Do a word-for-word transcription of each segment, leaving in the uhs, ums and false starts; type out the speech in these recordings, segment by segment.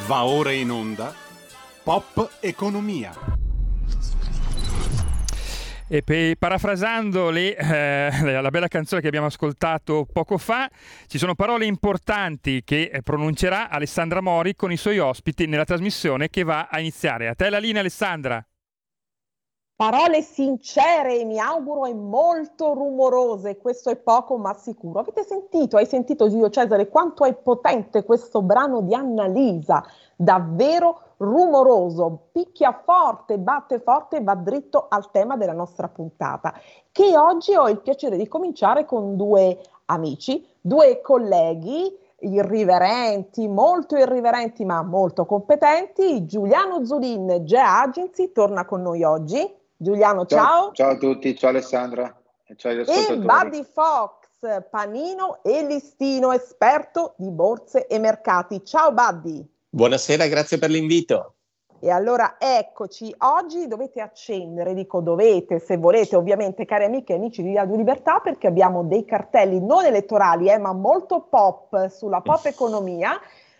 Va ora in onda Pop Economia. E pe- parafrasando le, eh, la bella canzone che abbiamo ascoltato poco fa, ci sono parole importanti che pronuncerà Alessandra Mori con i suoi ospiti nella trasmissione che va a iniziare. A te la linea, Alessandra. Parole sincere e mi auguro e molto rumorose, questo è poco ma sicuro. Avete sentito, hai sentito Giulio Cesare quanto è potente questo brano di Annalisa, davvero rumoroso, picchia forte, batte forte e va dritto al tema della nostra puntata, che oggi ho il piacere di cominciare con due amici, due colleghi irriverenti, molto irriverenti ma molto competenti. Giuliano Zulin, G Agency, torna con noi oggi. Giuliano, ciao. Ciao, ciao a tutti, ciao Alessandra e ciao agli ascoltatori. E Buddy Fox, panino e listino, esperto di borse e mercati. Ciao Buddy. Buonasera, grazie per l'invito. E allora eccoci, oggi dovete accendere, dico dovete, se volete ovviamente, cari amiche e amici di Radio Libertà, perché abbiamo dei cartelli non elettorali, eh, ma molto pop sulla pop economia,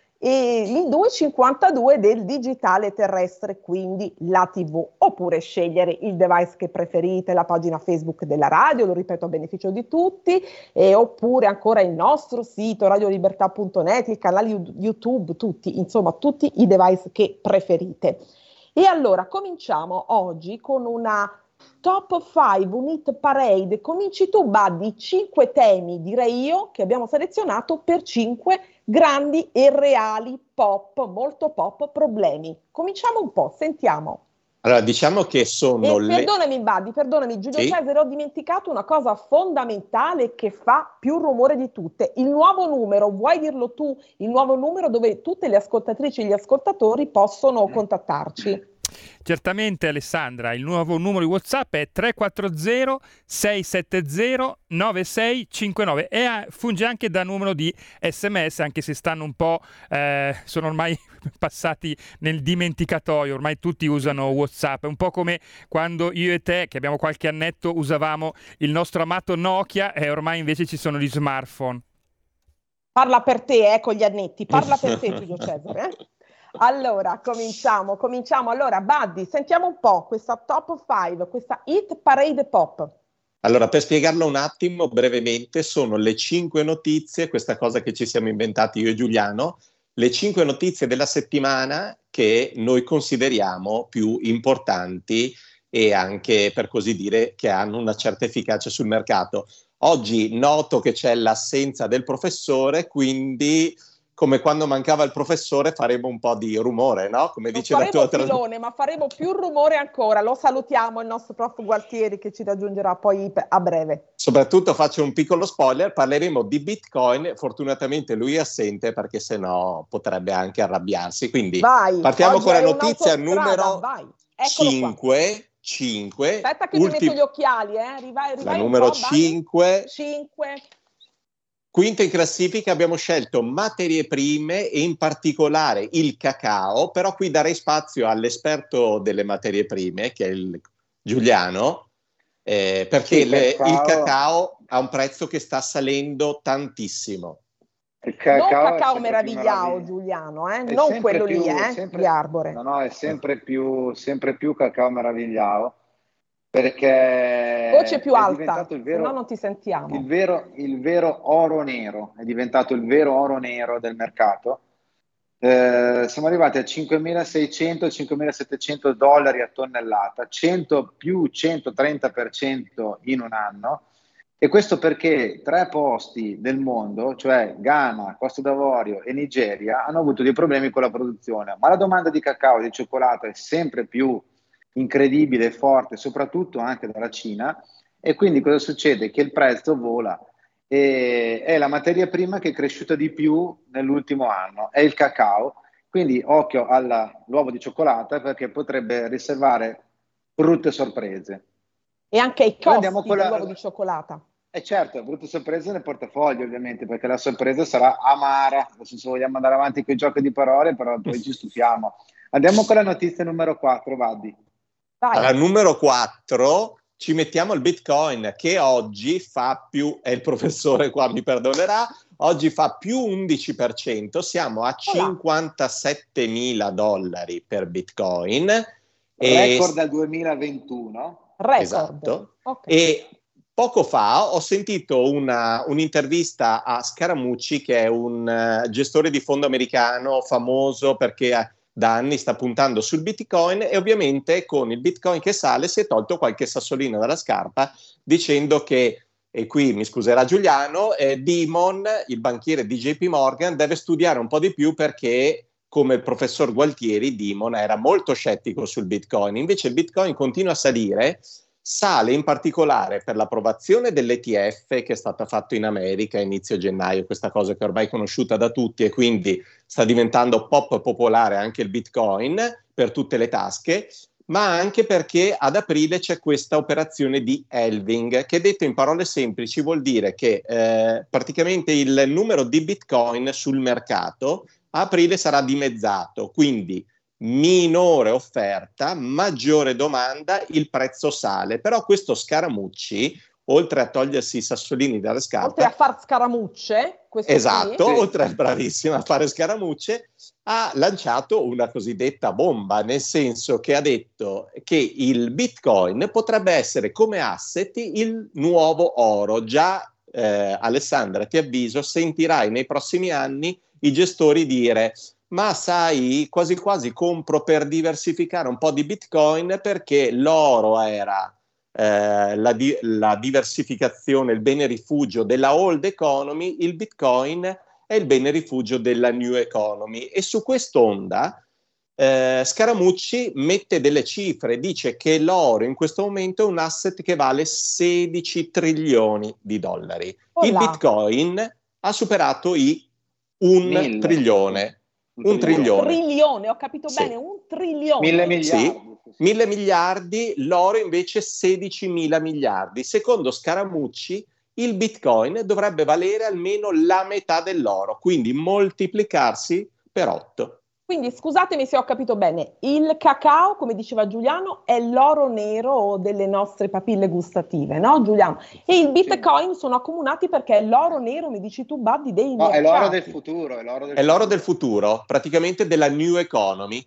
e il due virgola cinquantadue del digitale terrestre, quindi la tivù, oppure scegliere il device che preferite, la pagina Facebook della radio, lo ripeto a beneficio di tutti, e oppure ancora il nostro sito radiolibertà punto net, il canale YouTube, tutti, insomma tutti i device che preferite. E allora cominciamo oggi con una top cinque, un hit parade. Cominci tu Buddy, cinque temi direi io che abbiamo selezionato per cinque grandi e reali pop, molto pop problemi. Cominciamo un po', sentiamo. Allora, diciamo che sono e le... Perdonami Buddy, perdonami Giulio sì? Cesare, ho dimenticato una cosa fondamentale che fa più rumore di tutte. Il nuovo numero, vuoi dirlo tu? Il nuovo numero dove tutte le ascoltatrici e gli ascoltatori possono contattarci. Certamente Alessandra, il nuovo numero di WhatsApp è tre quattro zero sei sette zero nove sei cinque nove e funge anche da numero di sms, anche se stanno un po', eh, sono ormai passati nel dimenticatoio, ormai tutti usano WhatsApp, è un po' come quando io e te, che abbiamo qualche annetto, usavamo il nostro amato Nokia e ormai invece ci sono gli smartphone. Parla per te, eh, con gli annetti, parla per te Giulio Cesare, eh? Allora, cominciamo, cominciamo. Allora, Buddy, sentiamo un po' questa top cinque, questa hit parade pop. Allora, per spiegarlo un attimo, brevemente, sono le cinque notizie, questa cosa che ci siamo inventati io e Giuliano, le cinque notizie della settimana che noi consideriamo più importanti e anche, per così dire, che hanno una certa efficacia sul mercato. Oggi noto che c'è l'assenza del professore, quindi... come quando mancava il professore faremo un po' di rumore, no? Come non dice la tua faremo filone, ma faremo più rumore ancora. Lo salutiamo, il nostro prof Gualtieri che ci raggiungerà poi a breve. Soprattutto faccio un piccolo spoiler, parleremo di Bitcoin, fortunatamente lui è assente perché sennò potrebbe anche arrabbiarsi. Quindi vai, partiamo con la notizia numero cinque. cinque. Aspetta che ulti... mi metto gli occhiali, eh. Rivai, rivai la numero cinque. cinque. Quinta in classifica abbiamo scelto materie prime e in particolare il cacao, però qui darei spazio all'esperto delle materie prime, che è il Giuliano, eh, perché sì, le, cacao... il cacao ha un prezzo che sta salendo tantissimo. Il cacao non cacao meravigliao, Giuliano, eh? non quello più, lì, eh? sempre, di Arbore. No, no, è sempre più, sempre più cacao meravigliao. Perché voce più è alta, diventato il vero, se no non ti sentiamo. Il vero, il vero oro nero, è diventato il vero oro nero del mercato. Eh, siamo arrivati a cinquemilaseicento cinquemilasettecento dollari a tonnellata, cento più centotrenta per cento in un anno. E questo perché tre posti del mondo, cioè Ghana, Costa d'Avorio e Nigeria, hanno avuto dei problemi con la produzione. Ma la domanda di cacao e di cioccolato è sempre più incredibile e forte, soprattutto anche dalla Cina, e quindi cosa succede? Che il prezzo vola e è la materia prima che è cresciuta di più nell'ultimo anno, è il cacao, quindi occhio all'uovo di cioccolata perché potrebbe riservare brutte sorprese. E anche i costi dell'uovo la... di cioccolata. E certo, brutte sorprese nel portafoglio ovviamente, perché la sorpresa sarà amara, adesso se vogliamo andare avanti con i giochi di parole, però poi ci stufiamo. Andiamo con la notizia numero quattro, Vaddi. Alla numero quattro ci mettiamo il Bitcoin che oggi fa più, e il professore qua mi perdonerà, oggi fa più undici per cento, siamo a cinquantasettemila dollari per Bitcoin. Record del duemilaventuno. Record. Esatto. Okay. E poco fa ho sentito una, un'intervista a Scaramucci, che è un uh, gestore di fondo americano famoso perché uh, da anni sta puntando sul Bitcoin, e ovviamente con il Bitcoin che sale si è tolto qualche sassolino dalla scarpa dicendo che, e qui mi scuserà Giuliano, eh, Dimon, il banchiere di J P Morgan, deve studiare un po' di più perché, come il professor Gualtieri, Dimon era molto scettico sul Bitcoin. Invece il Bitcoin continua a salire, sale in particolare per l'approvazione dell'E T F che è stata fatta in America a inizio gennaio, questa cosa che ormai è conosciuta da tutti, e quindi sta diventando pop popolare anche il Bitcoin per tutte le tasche, ma anche perché ad aprile c'è questa operazione di halving, che detto in parole semplici vuol dire che eh, praticamente il numero di Bitcoin sul mercato a aprile sarà dimezzato, quindi minore offerta, maggiore domanda, il prezzo sale. Però questo Scaramucci, oltre a togliersi i sassolini dalle scarpe, oltre a far scaramucce, questo esatto, qui, oltre a bravissima a fare scaramucce, ha lanciato una cosiddetta bomba, nel senso che ha detto che il Bitcoin potrebbe essere come asset il nuovo oro. Già eh, Alessandra, ti avviso, sentirai nei prossimi anni i gestori dire: ma sai, quasi quasi compro per diversificare un po' di Bitcoin, perché l'oro era eh, la, di- la diversificazione, il bene rifugio della old economy, il Bitcoin è il bene rifugio della new economy. E su quest'onda eh, Scaramucci mette delle cifre, dice che l'oro in questo momento è un asset che vale sedici trilioni di dollari. Oh il là. Bitcoin ha superato i un Mille. trilione. Un Un trilione. Un trilione. trilione, ho capito Sì. bene, un trilione. Mille miliardi. Sì, mille miliardi, l'oro invece sedicimila miliardi. Secondo Scaramucci il Bitcoin dovrebbe valere almeno la metà dell'oro, quindi moltiplicarsi per otto. Quindi scusatemi se ho capito bene, il cacao, come diceva Giuliano, è l'oro nero delle nostre papille gustative, no Giuliano? E il Bitcoin sono accomunati perché è l'oro nero, mi dici tu, Babdi, dei No, mercati. è l'oro del futuro. È l'oro del, È l'oro futuro. del futuro, praticamente della new economy.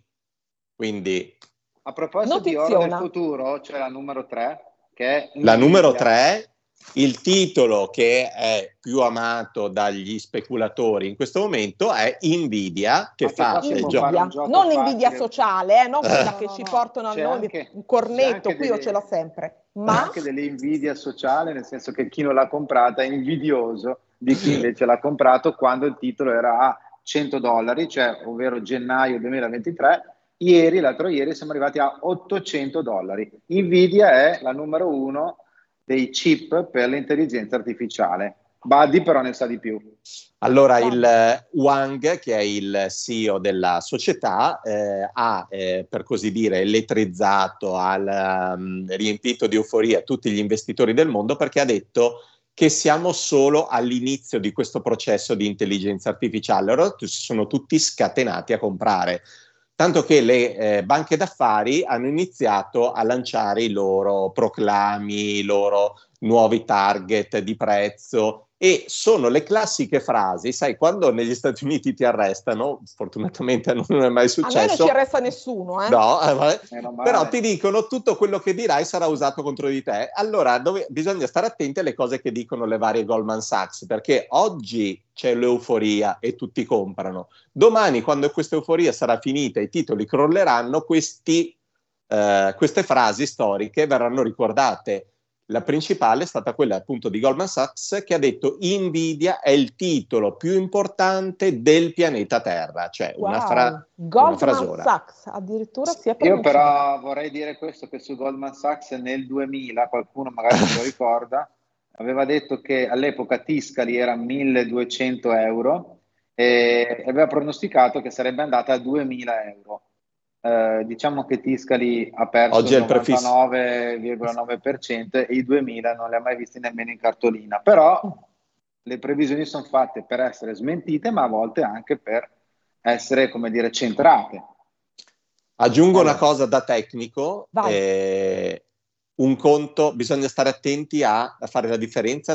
Quindi A proposito di oro del Notiziona. futuro, c'è la numero tre, che è la Nvidia. numero tre, il titolo che è più amato dagli speculatori in questo momento è Nvidia, che Ma che fa qua si il può gioco. fare un gioco Non facile. Nvidia sociale, eh, non quella No, che no, ci no. portano a C'è noi anche- un c'è cornetto, anche qui delle- io ce l'ho sempre. C'è Ma anche dell'invidia sociale, nel senso che chi non l'ha comprata è invidioso di chi invece l'ha comprato quando il titolo era a cento dollari, cioè ovvero gennaio duemilaventitré. Ieri, l'altro ieri, siamo arrivati a ottocento dollari. Nvidia è la numero uno dei chip per l'intelligenza artificiale. Buddy però ne sa di più. Allora, Vai. il eh, Wang, che è il C E O della società, eh, ha, eh, per così dire, elettrizzato, ha um, riempito di euforia tutti gli investitori del mondo, perché ha detto che siamo solo all'inizio di questo processo di intelligenza artificiale. Allora si sono tutti scatenati a comprare, tanto che le eh, banche d'affari hanno iniziato a lanciare i loro proclami, i loro nuovi target di prezzo, e sono le classiche frasi, sai, quando negli Stati Uniti ti arrestano, fortunatamente non è mai a successo. noi non ci arresta nessuno, eh? No, eh, vabbè. Meno male. Però ti dicono tutto quello che dirai sarà usato contro di te. Allora dove, bisogna stare attenti alle cose che dicono le varie Goldman Sachs, perché oggi c'è l'euforia e tutti comprano. Domani, quando questa euforia sarà finita e i titoli crolleranno, questi, eh, queste frasi storiche verranno ricordate. La principale è stata quella appunto di Goldman Sachs, che ha detto: Nvidia è il titolo più importante del pianeta Terra, cioè una, Wow. fra- una Goldman frasona. Sachs, addirittura si è Io pronunciato. però vorrei dire questo, che su Goldman Sachs nel duemila, qualcuno magari se lo ricorda, aveva detto che all'epoca Tiscali era milleduecento euro e aveva pronosticato che sarebbe andata a duemila euro. Eh, diciamo che Tiscali ha perso Oggi è il il prefisso. novantanove virgola nove per cento e i duemila non li ha mai visti nemmeno in cartolina. Però le previsioni sono fatte per essere smentite, ma a volte anche per essere, come dire, centrate. Aggiungo Allora. una cosa da tecnico, Vai. eh, un conto, bisogna stare attenti a, a fare la differenza tra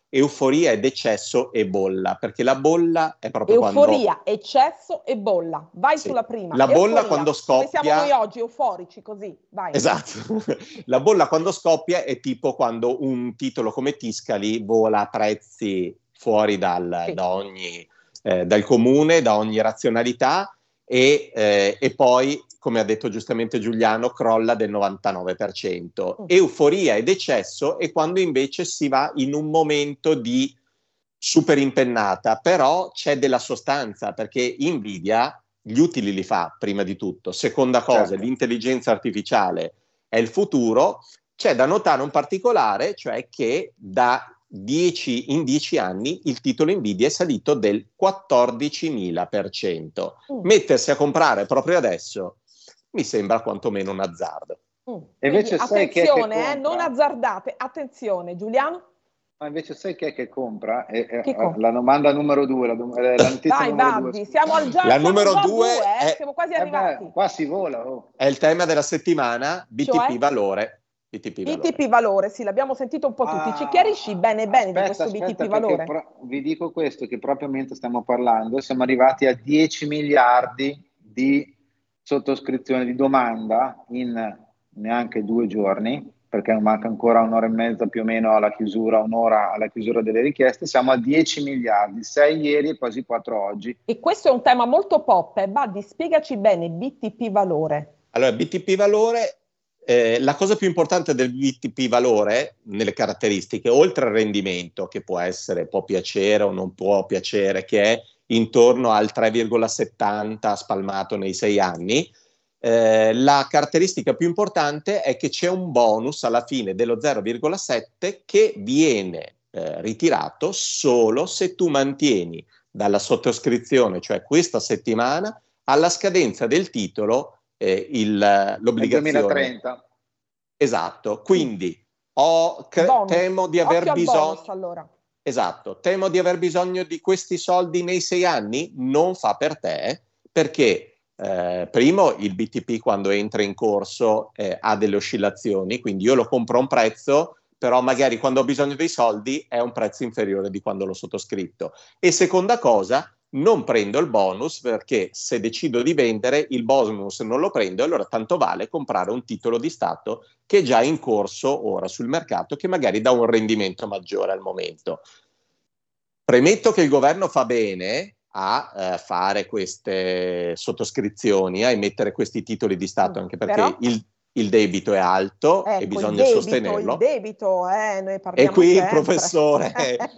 euforia ed eccesso e bolla, perché la bolla è proprio euforia, quando... eccesso e bolla. Vai Sì. sulla prima. La bolla euforia. quando scoppia... Come siamo noi oggi, euforici, così. Vai. Esatto. La bolla quando scoppia è tipo quando un titolo come Tiscali vola a prezzi fuori dal, Sì. da ogni, eh, dal comune, da ogni razionalità e, eh, e poi, come ha detto giustamente Giuliano, crolla del novantanove per cento. Mm. Euforia ed eccesso è quando invece si va in un momento di super impennata, però c'è della sostanza, perché Nvidia gli utili li fa prima di tutto. Seconda cosa, Certo. l'intelligenza artificiale è il futuro. C'è da notare un particolare, cioè che da dieci, in dieci anni il titolo Nvidia è salito del quattordicimila per cento. Mm. Mettersi a comprare proprio adesso mi sembra quantomeno un azzardo. Mm. E invece Quindi, sai chi è che attenzione, eh, compra? non azzardate. Attenzione, Giuliano. Ma invece sai chi è che compra? E, e, Chi compra? La domanda numero due, la, dom- eh, la notizia Vai, numero Baddi, due. siamo al già, La siamo numero già a due due, eh? è- Siamo quasi Eh beh, arrivati. qua si vola, oh. È il tema della settimana, B T P Cioè? Valore. B T P Valore. B T P Valore, sì, l'abbiamo sentito un po' tutti. Ci Ah, chiarisci bene bene aspetta, di questo aspetta, B T P perché Valore? pro- vi dico questo, che proprio mentre stiamo parlando siamo arrivati a dieci miliardi di sottoscrizione di domanda in neanche due giorni, perché manca ancora un'ora e mezza più o meno alla chiusura, un'ora alla chiusura delle richieste. Siamo a dieci miliardi, sei ieri e quasi quattro oggi. E questo è un tema molto pop, eh? Baddi, spiegaci bene B T P Valore. Allora, B T P Valore, eh, la cosa più importante del B T P Valore, nelle caratteristiche, oltre al rendimento, che può essere, può piacere o non può piacere, che è intorno al tre virgola settanta spalmato nei sei anni, eh, la caratteristica più importante è che c'è un bonus alla fine dello zero virgola sette che viene eh, ritirato solo se tu mantieni dalla sottoscrizione, cioè questa settimana, alla scadenza del titolo, eh, il, Nel l'obbligazione. duemilatrenta. Esatto, quindi ho, cre- Bonus. temo di aver Occhio al bisogno. bonus, allora. Esatto, temo di aver bisogno di questi soldi nei sei anni, non fa per te, perché eh, primo il B T P quando entra in corso eh, ha delle oscillazioni, quindi io lo compro a un prezzo, però magari quando ho bisogno dei soldi è un prezzo inferiore di quando l'ho sottoscritto. E seconda cosa, non prendo il bonus, perché se decido di vendere il bonus non lo prendo, allora tanto vale comprare un titolo di Stato che è già in corso ora sul mercato, che magari dà un rendimento maggiore al momento. Premetto che il governo fa bene a eh, fare queste sottoscrizioni, a emettere questi titoli di Stato, anche perché Però... il, il debito è alto ecco, e bisogna il debito, sostenerlo. Il debito, eh, noi parliamo E qui sempre. il professore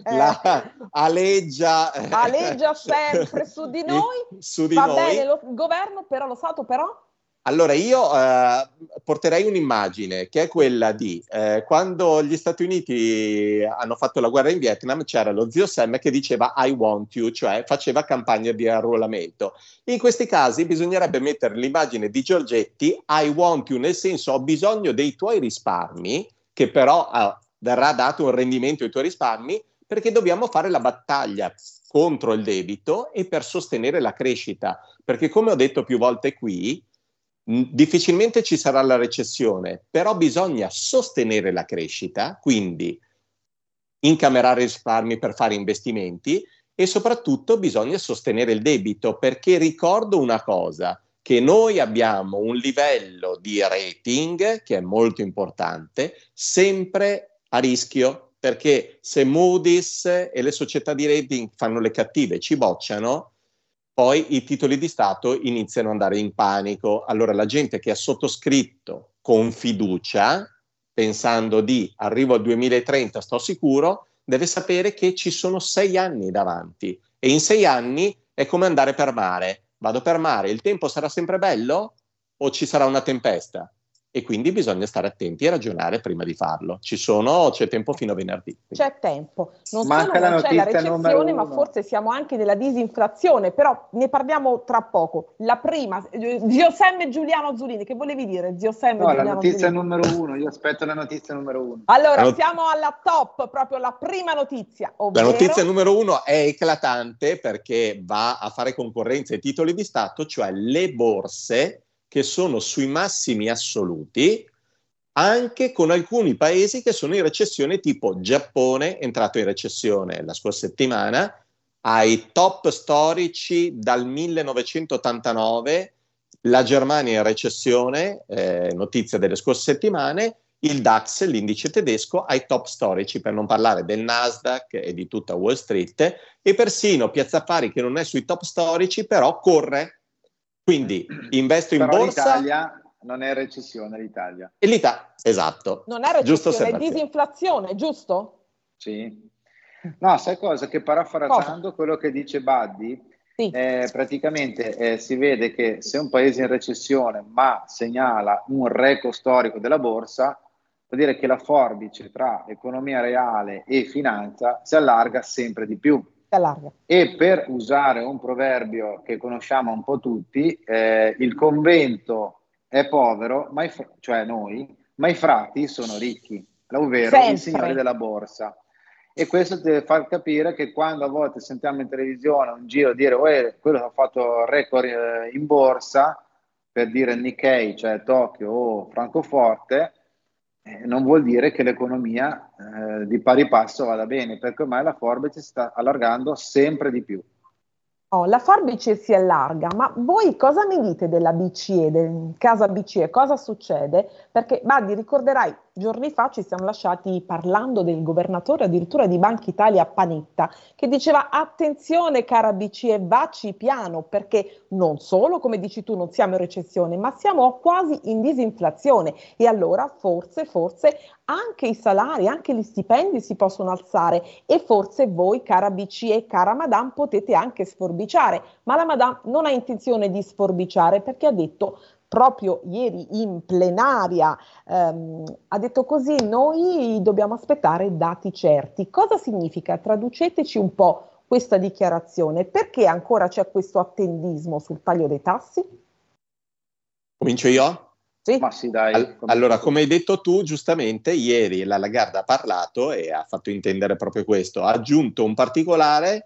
la aleggia, aleggia sempre su di noi, su di va noi. bene lo, il governo, però lo Stato però? Allora io eh, porterei un'immagine che è quella di eh, quando gli Stati Uniti hanno fatto la guerra in Vietnam, c'era lo zio Sam che diceva I want you, cioè faceva campagna di arruolamento. In questi casi bisognerebbe mettere l'immagine di Giorgetti, I want you, nel senso ho bisogno dei tuoi risparmi, che però eh, verrà dato un rendimento ai tuoi risparmi, perché dobbiamo fare la battaglia contro il debito e per sostenere la crescita, perché come ho detto più volte qui, difficilmente ci sarà la recessione, però bisogna sostenere la crescita, quindi incamerare risparmi per fare investimenti e soprattutto bisogna sostenere il debito, perché ricordo una cosa, che noi abbiamo un livello di rating che è molto importante, sempre a rischio, perché se Moody's e le società di rating fanno le cattive, ci bocciano, poi i titoli di Stato iniziano ad andare in panico. Allora la gente che ha sottoscritto con fiducia, pensando di arrivo al duemilatrenta, sto sicuro, deve sapere che ci sono sei anni davanti. E in sei anni è come andare per mare. Vado per mare, il tempo sarà sempre bello o ci sarà una tempesta? E quindi bisogna stare attenti e ragionare prima di farlo. Ci sono, c'è tempo fino a venerdì. C'è tempo. Non Manca solo la non c'è la notizia recessione, numero ma uno. forse siamo anche nella disinflazione, però ne parliamo tra poco. La prima, zio Sam e Giuliano Azzolini, che volevi dire, zio Sam No, e la Giuliano notizia Azzolini? numero uno, io aspetto la notizia numero uno. Allora, La not- siamo alla top, proprio la prima notizia, La ovvero... notizia numero uno è eclatante perché va a fare concorrenza ai titoli di Stato, cioè le borse che sono sui massimi assoluti, anche con alcuni paesi che sono in recessione, tipo Giappone, è entrato in recessione la scorsa settimana, ai top storici dal millenovecentottantanove, la Germania è in recessione, eh, notizia delle scorse settimane, il DAX, l'indice tedesco, ai top storici, per non parlare del Nasdaq e di tutta Wall Street, e persino Piazza Affari, che non è sui top storici, però corre. Quindi investo in però borsa. L'Italia non è recessione, l'Italia. E l'Italia, esatto. Non è recessione, è disinflazione, giusto? Sì. No, sai cosa? Che parafrasando quello che dice Buddy, sì. eh, praticamente eh, si vede che se un paese è in recessione ma segnala un record storico della borsa, vuol dire che la forbice tra economia reale e finanza si allarga sempre di più. Si allarga. E per usare un proverbio che conosciamo un po' tutti, eh, il convento è povero, ma i, cioè noi, ma i frati sono ricchi, ovvero sempre. I signori della borsa. E questo deve far capire che quando a volte sentiamo in televisione un giro dire oh, quello che ha fatto record eh, in borsa, per dire Nikkei, cioè Tokyo o Francoforte, eh, non vuol dire che l'economia eh, di pari passo vada bene, perché ormai la forbice si sta allargando sempre di più. Oh, la forbice si allarga, ma voi cosa mi dite della B C E, del casa B C E? Cosa succede? Perché, Buddy, ricorderai, giorni fa ci siamo lasciati parlando del governatore addirittura di Banca Italia Panetta, che diceva attenzione cara B C E, vacci piano, perché non solo, come dici tu, non siamo in recessione, ma siamo quasi in disinflazione e allora forse, forse anche i salari, anche gli stipendi si possono alzare e forse voi, cara B C E, cara Madame, potete anche sforbiciare, ma la Madame non ha intenzione di sforbiciare perché ha detto proprio ieri in plenaria, ehm, ha detto così, noi dobbiamo aspettare dati certi. Cosa significa? Traduceteci un po' questa dichiarazione. Perché ancora c'è questo attendismo sul taglio dei tassi? Comincio io? Sì. Ma sì, dai. All- allora, come hai detto tu, giustamente, ieri la Lagarde ha parlato e ha fatto intendere proprio questo. Ha aggiunto un particolare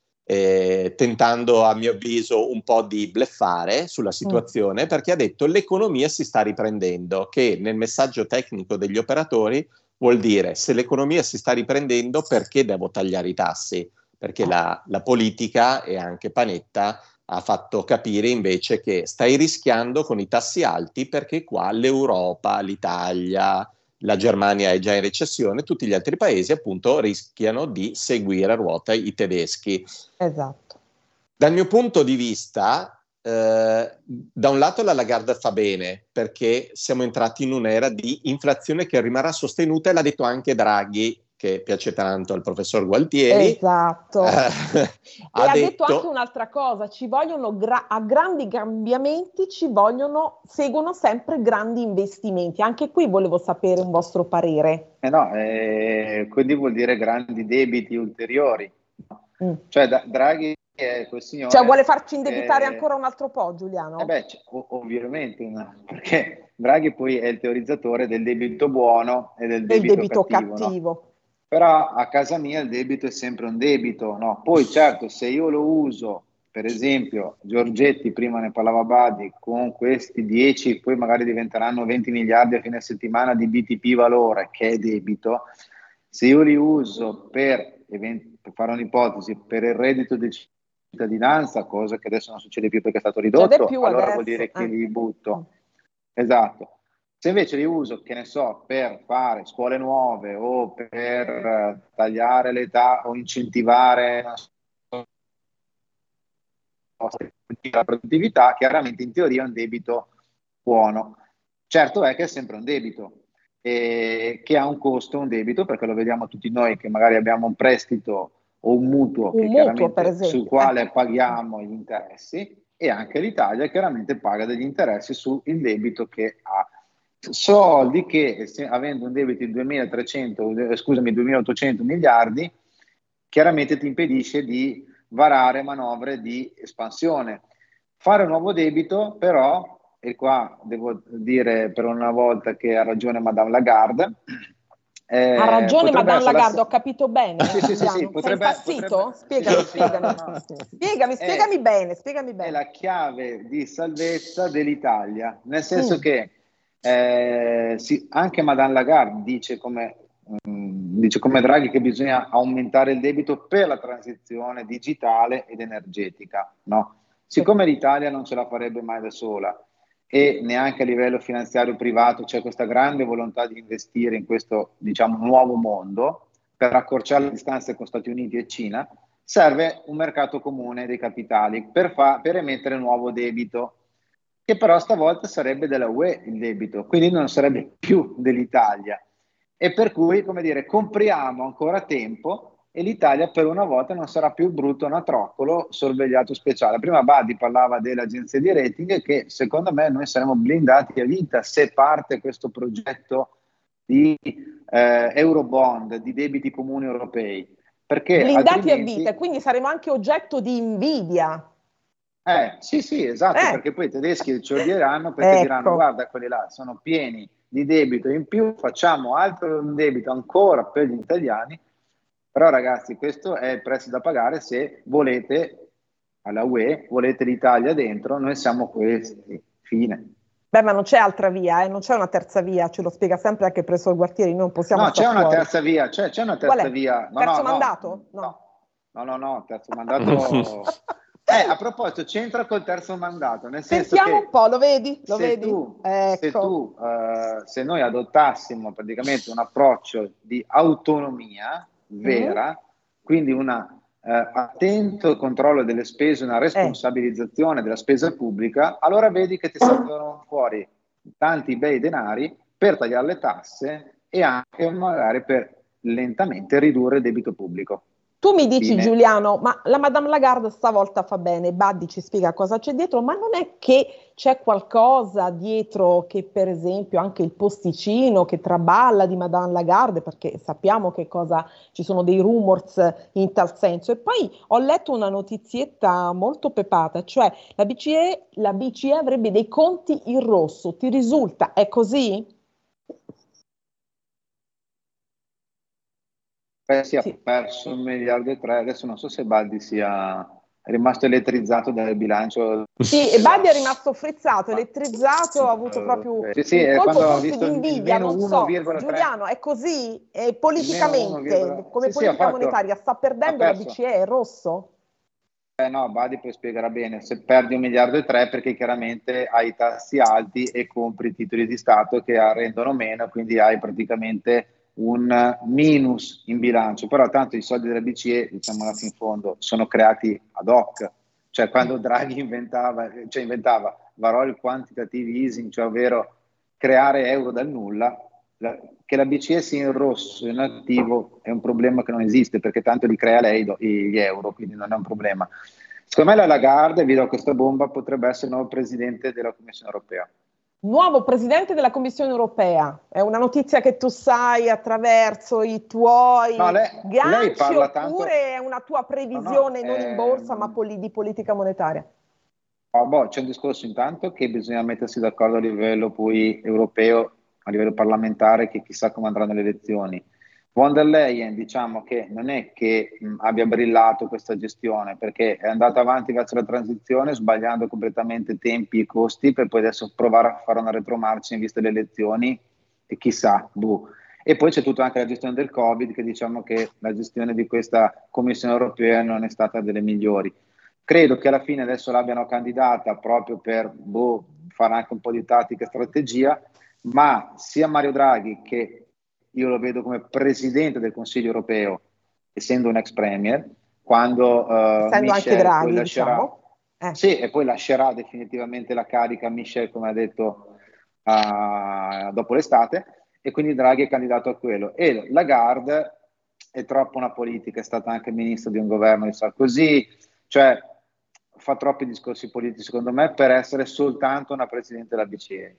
Eh, tentando a mio avviso un po' di bluffare sulla situazione, mm. perché ha detto l'economia si sta riprendendo, che nel messaggio tecnico degli operatori vuol dire se l'economia si sta riprendendo perché devo tagliare i tassi, perché la, la politica e anche Panetta ha fatto capire invece che stai rischiando con i tassi alti perché qua l'Europa, l'Italia, la Germania è già in recessione, tutti gli altri paesi appunto rischiano di seguire a ruota i tedeschi. Esatto. Dal mio punto di vista, eh, da un lato la Lagarde fa bene perché siamo entrati in un'era di inflazione che rimarrà sostenuta e l'ha detto anche Draghi, che piace tanto al professor Gualtieri. Esatto. Eh, e ha, ha detto... detto anche un'altra cosa, ci vogliono gra- a grandi cambiamenti ci vogliono, seguono sempre grandi investimenti. Anche qui volevo sapere un vostro parere. Eh no, eh, quindi vuol dire grandi debiti ulteriori. Mm. Cioè da, Draghi è quel signore... Cioè vuole farci indebitare eh, ancora un altro po', Giuliano? Eh beh, ov- ovviamente, no, perché Draghi poi è il teorizzatore del debito buono e del, del debito, debito cattivo. cattivo. No? Però a casa mia il debito è sempre un debito, no? Poi certo, se io lo uso, per esempio, Giorgetti, prima ne parlava Buddy, con questi dieci, poi magari diventeranno venti miliardi a fine settimana di B T P valore, che è debito, se io li uso per, per fare un'ipotesi, per il reddito di cittadinanza, cosa che adesso non succede più perché è stato ridotto, più allora adesso, vuol dire che eh. li butto. Esatto. Se invece li uso, che ne so, per fare scuole nuove o per tagliare l'età o incentivare la produttività, chiaramente in teoria è un debito buono. Certo è che è sempre un debito, eh, che ha un costo, un debito, perché lo vediamo tutti noi che magari abbiamo un prestito o un mutuo, un che mutuo chiaramente, per esempio, sul quale eh. paghiamo gli interessi, e anche l'Italia chiaramente paga degli interessi sul debito che ha. Soldi che, avendo un debito di duemilatrecento, scusami, duemilaottocento miliardi, chiaramente ti impedisce di varare manovre di espansione. Fare un nuovo debito, però, e qua devo dire per una volta che ha ragione Madame Lagarde. Eh, ha ragione Madame Lagarde, la... ho capito bene. Sì, sì, sì, sì, potrebbe, Sei impazzito? Potrebbe... Spiegami, sì, spiegami. no, no. spiegami, è, spiegami bene, spiegami bene. È la chiave di salvezza dell'Italia, nel senso mm. che eh, sì, anche Madame Lagarde dice come, mh, dice come Draghi che bisogna aumentare il debito per la transizione digitale ed energetica, no? Siccome l'Italia non ce la farebbe mai da sola e neanche a livello finanziario privato c'è questa grande volontà di investire in questo, diciamo, nuovo mondo per accorciare le distanze con Stati Uniti e Cina, serve un mercato comune dei capitali per, fa- per emettere nuovo debito, che però stavolta sarebbe della U E il debito, quindi non sarebbe più dell'Italia. E per cui, come dire, compriamo ancora tempo e l'Italia per una volta non sarà più il brutto anatroccolo sorvegliato speciale. Prima Badi parlava delle agenzie di rating che secondo me noi saremo blindati a vita se parte questo progetto di eh, Eurobond, di debiti comuni europei. Perché blindati altrimenti... a vita, quindi saremo anche oggetto di invidia. Eh, sì, sì, esatto, Eh. perché poi i tedeschi ci odieranno perché Ecco. diranno guarda quelli là sono pieni di debito in più, facciamo altro debito ancora per gli italiani, però ragazzi questo è il prezzo da pagare se volete alla U E, volete l'Italia dentro, noi siamo questi, fine. Beh, ma non c'è altra via, eh? Non c'è una terza via, ce lo spiega sempre anche il professor Gualtieri, noi non possiamo No, stare c'è una fuori. terza via, c'è, c'è una Qual terza è? via. No, terzo no, mandato? No, No. no, no, no, terzo mandato... Eh, a proposito, c'entra col terzo mandato, nel senso Sentiamo che un po', lo vedi? Lo se vedi? tu, Ecco. se, tu eh, se noi adottassimo praticamente un approccio di autonomia vera, mm. quindi un eh, attento controllo delle spese, una responsabilizzazione eh. della spesa pubblica, allora vedi che ti saltano fuori tanti bei denari per tagliare le tasse e anche magari per lentamente ridurre il debito pubblico. Tu mi dici, Fine. Giuliano, ma la Madame Lagarde stavolta fa bene, Buddy ci spiega cosa c'è dietro, ma non è che c'è qualcosa dietro che per esempio anche il posticino che traballa di Madame Lagarde, perché sappiamo che cosa, ci sono dei rumors in tal senso. E poi ho letto una notizietta molto pepata, cioè la B C E, la B C E avrebbe dei conti in rosso, ti risulta? È così? Eh, si è sì. perso un miliardo e tre, adesso non so se Baldi sia rimasto elettrizzato dal bilancio. Sì, e Baldi è rimasto frizzato, elettrizzato, ha avuto proprio sì, sì, un colpo quando ho forse visto di invidia, non so, uno, Giuliano, è così? E politicamente, uno, come sì, politica sì, fatto, monetaria, sta perdendo la B C E, è rosso? Eh no, Badi poi spiegherà bene, se perdi un miliardo e tre perché chiaramente hai tassi alti e compri titoli di Stato che rendono meno, quindi hai praticamente un minus in bilancio, però tanto i soldi della B C E, diciamo in fondo, sono creati ad hoc, cioè quando Draghi inventava, cioè inventava, varò il quantitative easing, cioè ovvero creare euro dal nulla, la, che la B C E sia in rosso, in attivo, è un problema che non esiste, perché tanto li crea lei gli euro, quindi non è un problema. Secondo me la Lagarde, vi do questa bomba, potrebbe essere il nuovo presidente della Commissione Europea. Nuovo presidente della Commissione Europea, è una notizia che tu sai attraverso i tuoi no, lei, ganci lei parla oppure tanto... è una tua previsione no, no, non in borsa ehm... ma poli- di politica monetaria? Oh, boh, c'è un discorso intanto che bisogna mettersi d'accordo a livello poi europeo, a livello parlamentare, che chissà come andranno le elezioni. Von der Leyen diciamo che non è che mh, abbia brillato questa gestione, perché è andata avanti verso la transizione sbagliando completamente tempi e costi per poi adesso provare a fare una retromarcia in vista delle elezioni e chissà, boh. E poi c'è tutta anche la gestione del Covid, che diciamo che la gestione di questa Commissione Europea non è stata delle migliori. Credo che alla fine adesso l'abbiano candidata proprio per boh, fare anche un po' di tattica e strategia, ma sia Mario Draghi, che io lo vedo come presidente del Consiglio europeo, essendo un ex premier, quando uh, essendo Michel anche Draghi, poi lascerà, diciamo. Eh. Sì, e poi lascerà definitivamente la carica Michel, come ha detto, uh, dopo l'estate, e quindi Draghi è candidato a quello. E Lagarde è troppo una politica, è stata anche ministro di un governo di Sarkozy, cioè fa troppi discorsi politici secondo me per essere soltanto una presidente della B C E.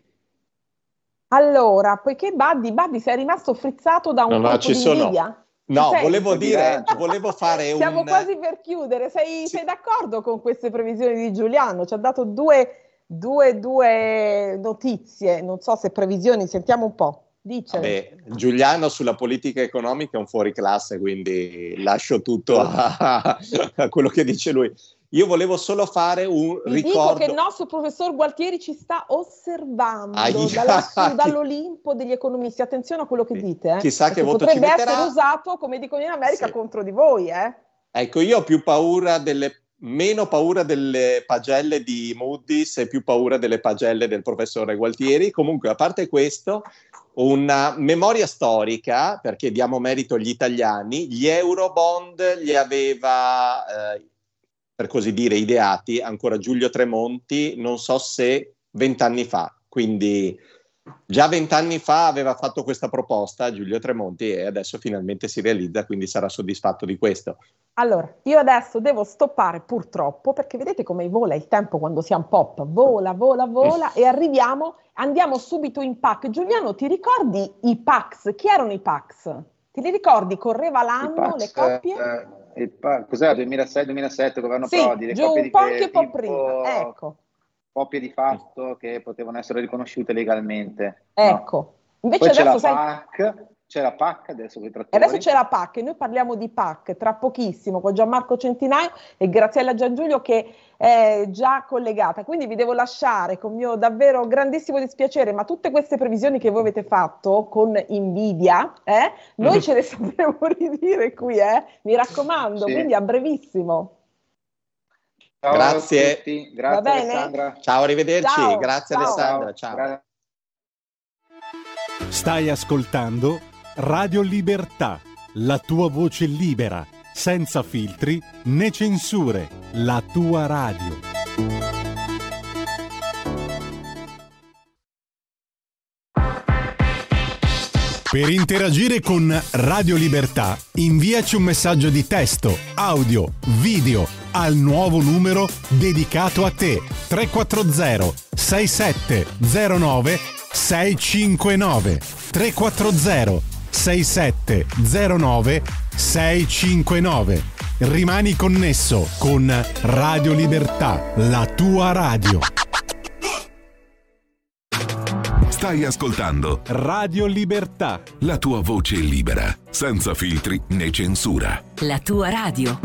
Allora, poiché Buddy, Buddy sei rimasto frizzato da un no, no, colpo ci di sono... invidia? No, volevo dire, volevo fare un... Siamo quasi per chiudere, sei, sì. sei d'accordo con queste previsioni di Giuliano? Ci ha dato due, due, due notizie, non so se previsioni, sentiamo un po'. Vabbè, Giuliano sulla politica economica è un fuoriclasse, quindi lascio tutto a, a quello che dice lui. Io volevo solo fare un Vi ricordo. dico che il nostro professor Gualtieri ci sta osservando Ai, da lassù, ai. dall'Olimpo degli economisti. Attenzione a quello che dite, eh? Chissà che perché voto ci potrebbe metterà. essere usato, come dicono in America, Sì. contro di voi, eh? Ecco, io ho più paura delle meno paura delle pagelle di Moody's e più paura delle pagelle del professore Gualtieri. Comunque, a parte questo, una memoria storica, perché diamo merito agli italiani, gli Eurobond li aveva, eh, per così dire, ideati ancora Giulio Tremonti, non so se vent'anni fa, quindi già vent'anni fa aveva fatto questa proposta Giulio Tremonti e adesso finalmente si realizza, quindi sarà soddisfatto di questo. Allora, io adesso devo stoppare purtroppo, perché vedete come vola il tempo quando siamo pop, vola, vola, vola, e arriviamo, andiamo subito in P A C. Giuliano, ti ricordi i P A Cs? Chi erano i P A C? Ti li ricordi? Correva l'anno, le coppie? Eh, il P A C, cos'era, duemilasei duemilasette, governo Sì, Prodi, le giù coppie un di po' anche un po' tipo, prima, ecco. coppie di fatto che potevano essere riconosciute legalmente. Ecco, No? invece Poi c'è adesso la sai... P A C, c'è la P A C adesso con i E trattori. adesso c'è la P A C e noi parliamo di P A C tra pochissimo con Gianmarco Centinaio e Graziella Giangiulio che è già collegata. Quindi vi devo lasciare con mio davvero grandissimo dispiacere, ma tutte queste previsioni che voi avete fatto con invidia, eh, noi ce le sapremo ridire qui, eh? Mi raccomando, Sì. quindi a brevissimo. Ciao Grazie. a tutti, Va grazie bene? Alessandra. Ciao, arrivederci. Ciao, Grazie ciao. Alessandra. Ciao. Gra- Stai ascoltando Radio Libertà, la tua voce libera, senza filtri né censure, la tua radio. Per interagire con Radio Libertà, inviaci un messaggio di testo, audio, video al nuovo numero dedicato a te tre quattro zero sei sette zero nove sei cinque nove tre quattro zero sei sette zero nove sei cinque nove. Rimani connesso con Radio Libertà, la tua radio. Stai ascoltando Radio Libertà. la tua voce libera, senza filtri né censura. La tua radio.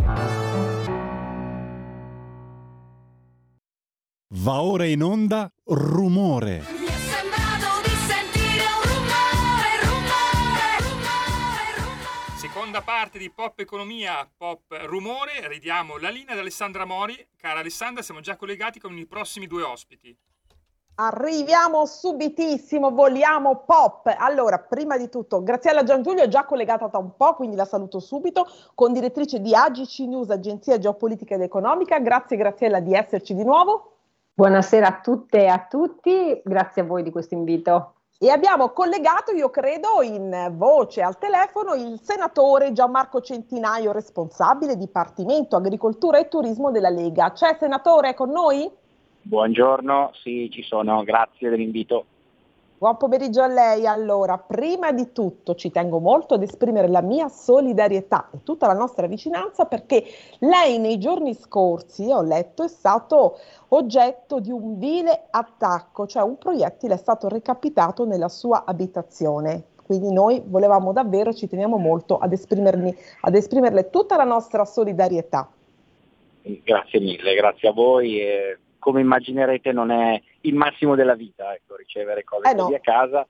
Va ora in onda Rumore. Mi è sembrato di sentire un rumore, rumore, rumore, rumore. Seconda parte di Pop Economia, Pop Rumore. Ridiamo la linea ad Alessandra Mori. Cara Alessandra, siamo già collegati con i prossimi due ospiti. Arriviamo subitissimo, voliamo pop. Allora, prima di tutto, Graziella Giangiulio è già collegata da un po', quindi la saluto subito, con direttrice di A G C News, Agenzia Geopolitica ed Economica. Grazie Graziella di esserci di nuovo. Buonasera a tutte e a tutti, grazie a voi di questo invito. E abbiamo collegato, io credo, in voce al telefono il senatore Gianmarco Centinaio, responsabile Dipartimento Agricoltura e Turismo della Lega. C'è senatore con noi? Buongiorno, sì, ci sono, grazie dell'invito. Buon pomeriggio a lei. Allora, prima di tutto ci tengo molto ad esprimere la mia solidarietà e tutta la nostra vicinanza perché lei nei giorni scorsi, ho letto, è stato oggetto di un vile attacco, cioè un proiettile è stato recapitato nella sua abitazione. Quindi noi volevamo davvero, ci teniamo molto ad esprimermi, ad esprimerle tutta la nostra solidarietà. Grazie mille, grazie a voi. E come immaginerete non è il massimo della vita, ecco, ricevere cose Eh no. così a casa,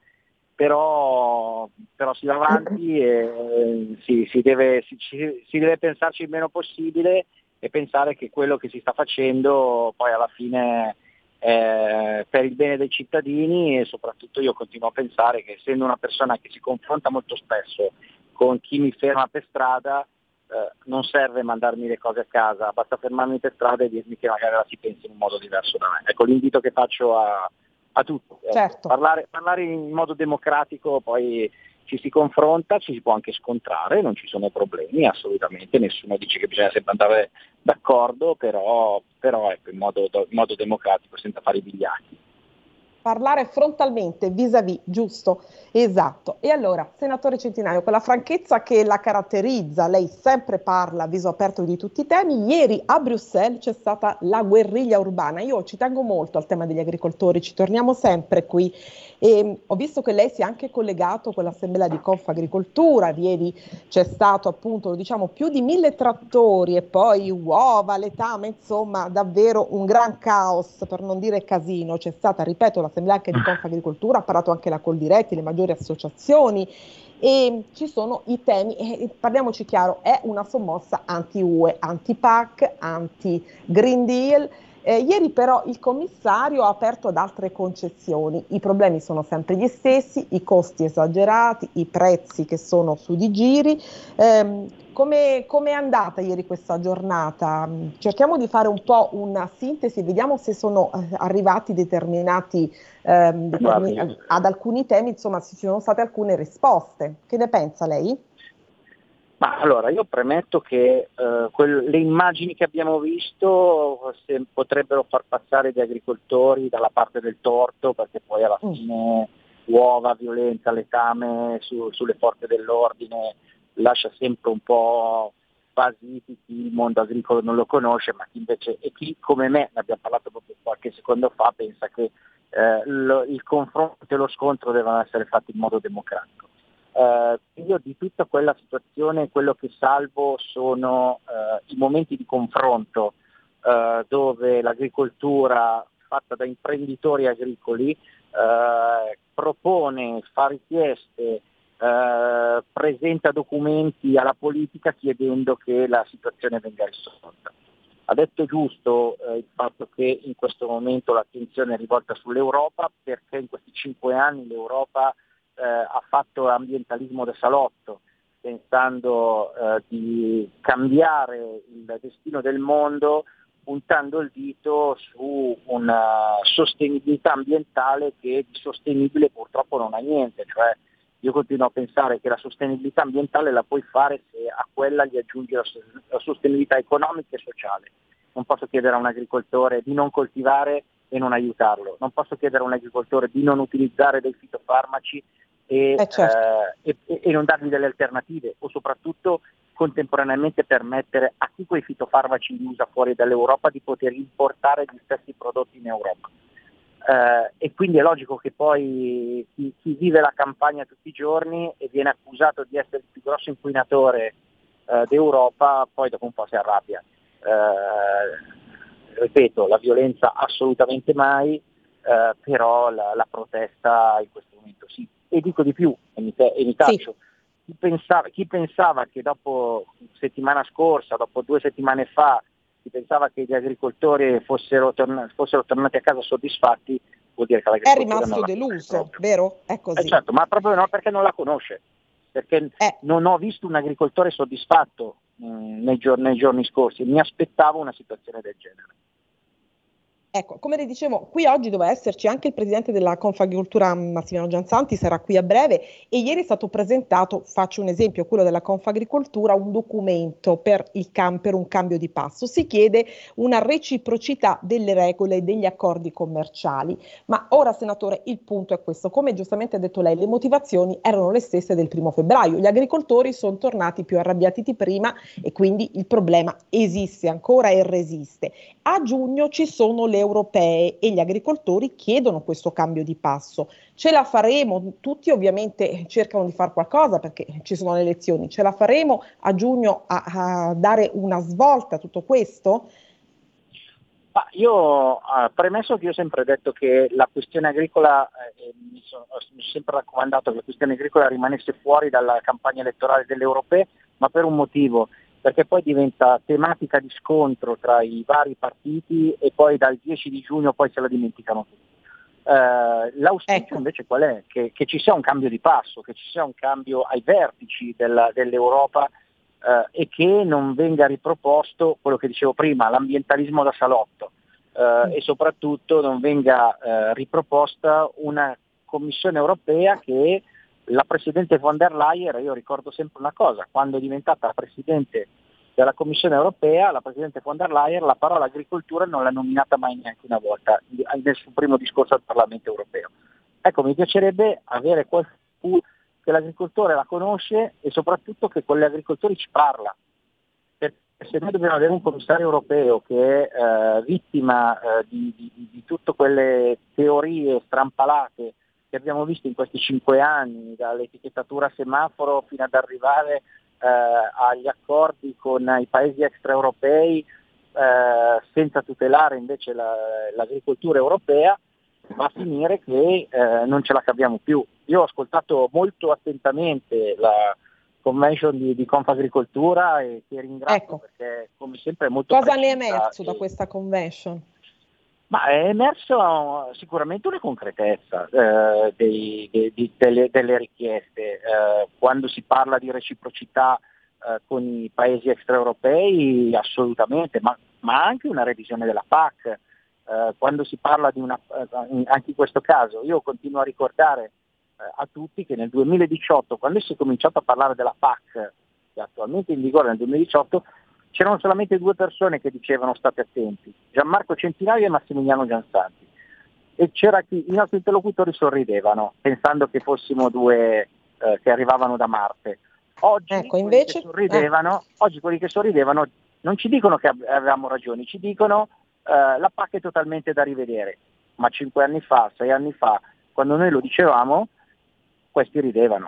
però, però si va avanti e eh, si, si, deve, si, si deve pensarci il meno possibile e pensare che quello che si sta facendo poi alla fine è per il bene dei cittadini e soprattutto io continuo a pensare che essendo una persona che si confronta molto spesso con chi mi ferma per strada, Eh, non serve mandarmi le cose a casa, basta fermarmi per strada e dirmi che magari la si pensa in un modo diverso da me. Ecco l'invito che faccio a, a tutti. Ecco, Certo. parlare, parlare in modo democratico, poi ci si confronta, ci si può anche scontrare, non ci sono problemi assolutamente, nessuno dice che bisogna sempre andare d'accordo, però, però ecco, in modo, in modo democratico, senza fare i bigliati. Parlare frontalmente, vis-à-vis, giusto, esatto. E allora, senatore Centinaio, con la franchezza che la caratterizza, lei sempre parla a viso aperto di tutti i temi, ieri a Bruxelles c'è stata la guerriglia urbana. Io ci tengo molto al tema degli agricoltori, ci torniamo sempre qui. E ho visto che lei si è anche collegato con l'assemblea di Confagricoltura, ieri c'è stato appunto diciamo più di mille trattori e poi uova, letame, insomma davvero un gran caos, per non dire casino. C'è stata, ripeto, l'assemblea anche di Confagricoltura, ha parlato anche la Coldiretti, le maggiori associazioni e ci sono i temi, e parliamoci chiaro, è una sommossa anti-U E, anti-P A C, anti-Green Deal. Eh, ieri però il commissario ha aperto ad altre concezioni, i problemi sono sempre gli stessi, i costi esagerati, i prezzi che sono su di giri. Ehm, come come è andata ieri questa giornata? Cerchiamo di fare un po' una sintesi, vediamo se sono eh, arrivati determinati, ehm, determin- Guardi, ad alcuni temi, insomma ci sono state alcune risposte. Che ne pensa lei? Ma allora, io premetto che eh, quel- le immagini che abbiamo visto se potrebbero far passare gli agricoltori dalla parte del torto, perché poi alla Mm. fine uova, violenza, letame su- sulle forze dell'ordine lascia sempre un po' basiti chi il mondo agricolo non lo conosce, ma chi invece, e chi come me, ne abbiamo parlato proprio qualche secondo fa, pensa che eh, lo- il confronto e lo scontro devono essere fatti in modo democratico. Eh, io di tutta quella situazione quello che salvo sono eh, i momenti di confronto eh, dove l'agricoltura fatta da imprenditori agricoli eh, propone, fa richieste, eh, presenta documenti alla politica chiedendo che la situazione venga risolta. Ha detto giusto eh, il fatto che in questo momento l'attenzione è rivolta sull'Europa, perché in questi cinque anni l'Europa Eh, ha fatto ambientalismo da salotto, pensando eh, di cambiare il destino del mondo puntando il dito su una sostenibilità ambientale che di sostenibile purtroppo non ha niente. Cioè, io continuo a pensare che la sostenibilità ambientale la puoi fare se a quella gli aggiungi la, la sostenibilità economica e sociale. Non posso chiedere a un agricoltore di non coltivare e non aiutarlo, non posso chiedere a un agricoltore di non utilizzare dei fitofarmaci e, Eh, certo. eh, e, e non dargli delle alternative, o soprattutto contemporaneamente permettere a chi quei fitofarmaci li usa fuori dall'Europa di poter importare gli stessi prodotti in Europa. Eh, e quindi è logico che poi chi, chi vive la campagna tutti i giorni e viene accusato di essere il più grosso inquinatore eh, d'Europa, poi dopo un po' si arrabbia. Eh, ripeto, la violenza assolutamente mai, eh, però la, la protesta in questo momento sì. E dico di più, e mi, te, e mi taccio, chi, pensava, chi pensava che dopo settimana scorsa, dopo due settimane fa, chi pensava che gli agricoltori fossero, torna, fossero tornati a casa soddisfatti, vuol dire che È l'agricoltura rimasto non la deluso, conosce. vero? È così. Eh certo, ma proprio no, perché non la conosce, perché Eh. non ho visto un agricoltore soddisfatto mh, nei, giorni, nei giorni scorsi, mi aspettavo una situazione del genere. Ecco, come le dicevo, qui oggi doveva esserci anche il presidente della Confagricoltura Massimiliano Gianzanti, sarà qui a breve, e ieri è stato presentato, faccio un esempio, quello della Confagricoltura, un documento per, il cam- per un cambio di passo. Si chiede una reciprocità delle regole e degli accordi commerciali. Ma ora, senatore, il punto è questo. Come giustamente ha detto lei, le motivazioni erano le stesse del primo febbraio. Gli agricoltori sono tornati più arrabbiati di prima e quindi il problema esiste ancora e resiste. A giugno ci sono le europee e gli agricoltori chiedono questo cambio di passo. Ce la faremo? Tutti ovviamente cercano di fare qualcosa perché ci sono le elezioni. Ce la faremo a giugno a, a dare una svolta a tutto questo? Ma io, eh, premesso che io ho sempre detto che la questione agricola, eh, mi, sono, mi sono sempre raccomandato che la questione agricola rimanesse fuori dalla campagna elettorale delle europee, ma per un motivo, perché poi diventa tematica di scontro tra i vari partiti e poi dal dieci di giugno poi se la dimenticano tutti. Eh, l'auspicio Ecco. invece qual è? Che, che ci sia un cambio di passo, che ci sia un cambio ai vertici della, dell'Europa eh, e che non venga riproposto quello che dicevo prima, l'ambientalismo da salotto eh, Mm. e soprattutto non venga eh, riproposta una Commissione europea che la Presidente von der Leyen, io ricordo sempre una cosa, quando è diventata Presidente della Commissione europea, la Presidente von der Leyen, la parola agricoltura non l'ha nominata mai neanche una volta nel suo primo discorso al Parlamento europeo. Ecco, mi piacerebbe avere qualcuno che l'agricoltore la conosce e soprattutto che con gli agricoltori ci parla. Perché se noi dobbiamo avere un commissario europeo che è eh, vittima eh, di, di, di tutte quelle teorie strampalate che abbiamo visto in questi cinque anni, dall'etichettatura a semaforo fino ad arrivare eh, agli accordi con i paesi extraeuropei eh, senza tutelare invece la, l'agricoltura europea, va a finire che eh, non ce la caviamo più. Io ho ascoltato molto attentamente la convention di, di Confagricoltura e ti ringrazio, ecco, perché come sempre è molto cosa ne è precisa emerso e... da questa convention? Ma è emerso sicuramente una concretezza eh, dei, dei, di, delle, delle richieste. Eh, quando si parla di reciprocità eh, con i paesi extraeuropei, assolutamente, ma, ma anche una revisione della P A C. Eh, quando si parla di una, eh, anche in questo caso, io continuo a ricordare eh, a tutti che nel duemiladiciotto, quando si è cominciato a parlare della P A C, che è attualmente in vigore nel duemiladiciotto, c'erano solamente due persone che dicevano state attenti, Gianmarco Centinaio e Massimiliano Giansanti, e c'era chi, i nostri interlocutori sorridevano pensando che fossimo due eh, che arrivavano da Marte. Oggi, ecco, quelli invece, che sorridevano, eh. oggi quelli che sorridevano non ci dicono che avevamo ragione, ci dicono eh, la P A C è totalmente da rivedere, ma cinque anni fa, sei anni fa, quando noi lo dicevamo, questi ridevano.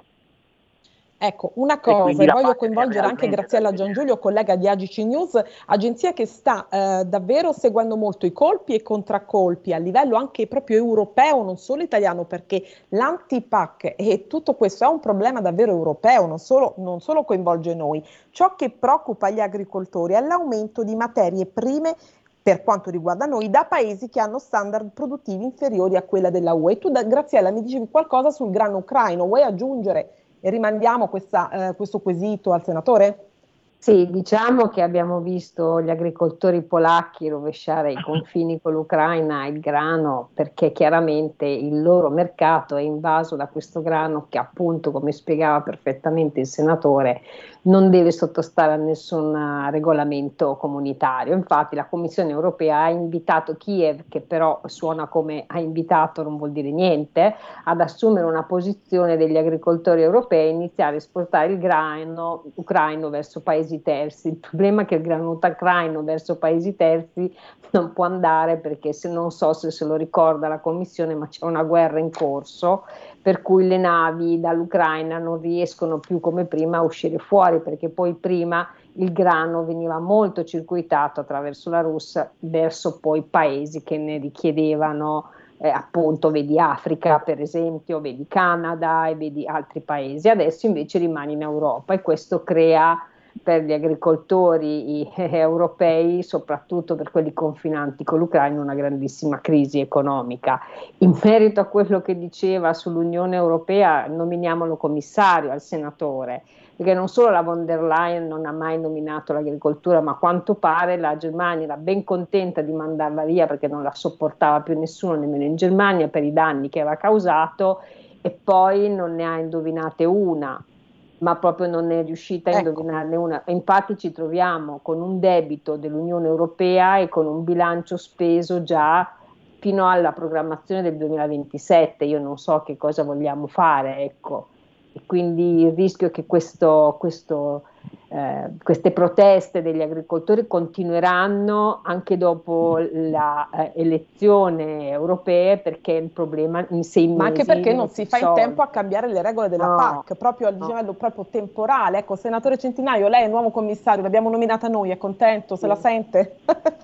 Ecco, una cosa, e voglio coinvolgere anche Graziella Giangiulio, collega di A G C News, agenzia che sta eh, davvero seguendo molto i colpi e contraccolpi a livello anche proprio europeo, non solo italiano, perché l'anti-P A C e tutto questo è un problema davvero europeo, non solo, non solo coinvolge noi. Ciò che preoccupa gli agricoltori è l'aumento di materie prime per quanto riguarda noi, da paesi che hanno standard produttivi inferiori a quella della U E. Tu, da, Graziella, mi dicevi qualcosa sul grano ucraino, vuoi aggiungere? E rimandiamo questa, eh, questo quesito al senatore? Sì, diciamo che abbiamo visto gli agricoltori polacchi rovesciare i confini con l'Ucraina e il grano, perché chiaramente il loro mercato è invaso da questo grano che, appunto, come spiegava perfettamente il senatore, non deve sottostare a nessun regolamento comunitario. Infatti la Commissione europea ha invitato Kiev, che però suona come ha invitato, non vuol dire niente, ad assumere una posizione degli agricoltori europei e iniziare a esportare il grano ucraino verso paesi terzi. Il problema è che il grano ucraino verso paesi terzi non può andare, perché, se non so se se lo ricorda la Commissione, ma c'è una guerra in corso, per cui le navi dall'Ucraina non riescono più come prima a uscire fuori, perché poi prima il grano veniva molto circuitato attraverso la Russia verso poi paesi che ne richiedevano, eh, appunto, vedi Africa per esempio, vedi Canada e vedi altri paesi. Adesso invece rimane in Europa e questo crea per gli agricoltori europei, soprattutto per quelli confinanti con l'Ucraina, una grandissima crisi economica. In merito a quello che diceva sull'Unione Europea, nominiamolo commissario al senatore, perché non solo la von der Leyen non ha mai nominato l'agricoltura, ma a quanto pare la Germania era ben contenta di mandarla via perché non la sopportava più nessuno, nemmeno in Germania, per i danni che aveva causato, e poi non ne ha indovinate una, ma proprio non è riuscita a indovinarne una. Infatti ci troviamo con un debito dell'Unione Europea e con un bilancio speso già fino alla programmazione del duemilaventisette. Io non so che cosa vogliamo fare, ecco. E quindi il rischio è che questo, questo, eh, queste proteste degli agricoltori continueranno anche dopo la eh, elezione europee, perché il problema in sei mesi... Ma anche perché non non si si fa in risolve. tempo a cambiare le regole della No, P A C, proprio a no. livello proprio temporale. Ecco, senatore Centinaio, lei è il nuovo commissario, l'abbiamo nominata noi, è contento, se la sente?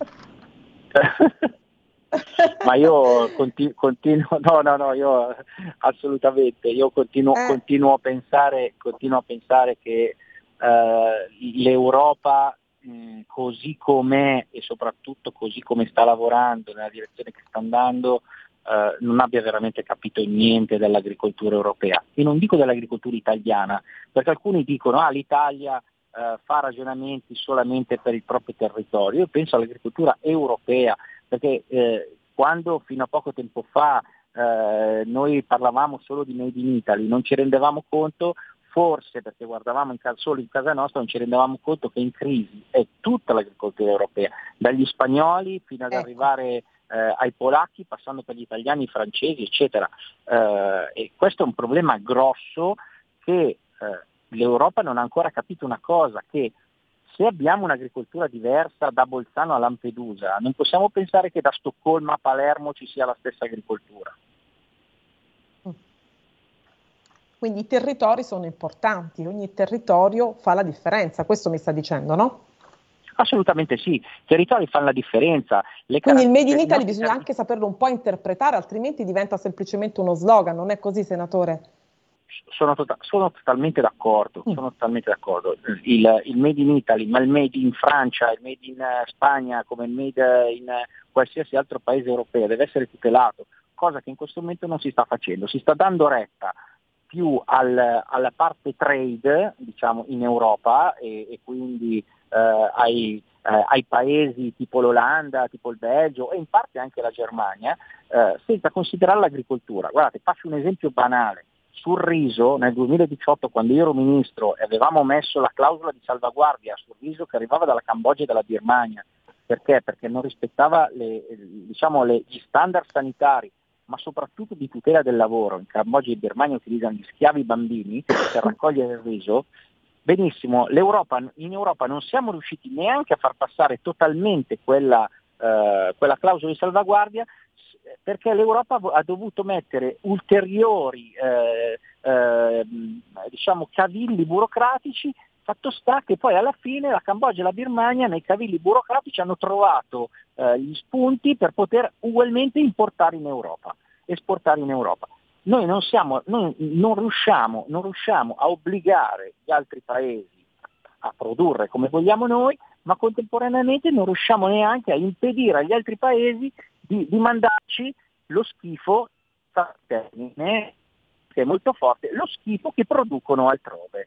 Ma io continu- continuo, no, no, no, io assolutamente, io continuo, Eh. continuo a pensare, continuo a pensare che eh, l'Europa mh, così com'è e soprattutto così come sta lavorando, nella direzione che sta andando, eh, non abbia veramente capito niente dell'agricoltura europea. E non dico dell'agricoltura italiana, perché alcuni dicono ah l'Italia eh, fa ragionamenti solamente per il proprio territorio. Io penso all'agricoltura europea, perché eh, quando fino a poco tempo fa eh, noi parlavamo solo di Made in Italy, non ci rendevamo conto forse perché guardavamo in casa, solo in casa nostra, non ci rendevamo conto che in crisi è tutta l'agricoltura europea, dagli spagnoli fino ad Ecco. arrivare eh, ai polacchi, passando per gli italiani, i francesi, eccetera. Eh, e questo è un problema grosso che eh, l'Europa non ha ancora capito una cosa, che se abbiamo un'agricoltura diversa da Bolzano a Lampedusa, non possiamo pensare che da Stoccolma a Palermo ci sia la stessa agricoltura. Quindi i territori sono importanti, ogni territorio fa la differenza, questo mi sta dicendo, no? Assolutamente sì, i territori fanno la differenza. Le Quindi il Made in caratteristiche- Italy i nostri bisogna terri- anche saperlo un po' interpretare, altrimenti diventa semplicemente uno slogan, non è così, senatore? Sono, tota- sono totalmente d'accordo, Mm. sono totalmente d'accordo. Il, il Made in Italy, ma il Made in Francia, il Made in eh, Spagna, come il Made in eh, qualsiasi altro paese europeo deve essere tutelato, cosa che in questo momento non si sta facendo. Si sta dando retta più al- alla parte trade, diciamo, in Europa e, e quindi eh, ai, eh, ai paesi tipo l'Olanda, tipo il Belgio e in parte anche la Germania, eh, senza considerare l'agricoltura. Guardate, faccio un esempio banale. Sul riso nel duemiladiciotto, quando io ero ministro e avevamo messo la clausola di salvaguardia sul riso che arrivava dalla Cambogia e dalla Birmania, perché? Perché non rispettava le, diciamo, le, gli standard sanitari, ma soprattutto di tutela del lavoro. In Cambogia e in Birmania utilizzano gli schiavi bambini per raccogliere il riso. Benissimo, l'Europa, in Europa non siamo riusciti neanche a far passare totalmente quella, eh, quella clausola di salvaguardia, perché l'Europa ha dovuto mettere ulteriori eh, eh, diciamo cavilli burocratici. Fatto sta che poi alla fine la Cambogia e la Birmania nei cavilli burocratici hanno trovato eh, gli spunti per poter ugualmente importare in Europa, esportare in Europa. Noi non siamo, noi non riusciamo, non riusciamo a obbligare gli altri paesi a produrre come vogliamo noi, ma contemporaneamente non riusciamo neanche a impedire agli altri paesi di, di mandarci lo schifo, termine che è molto forte, lo schifo che producono altrove.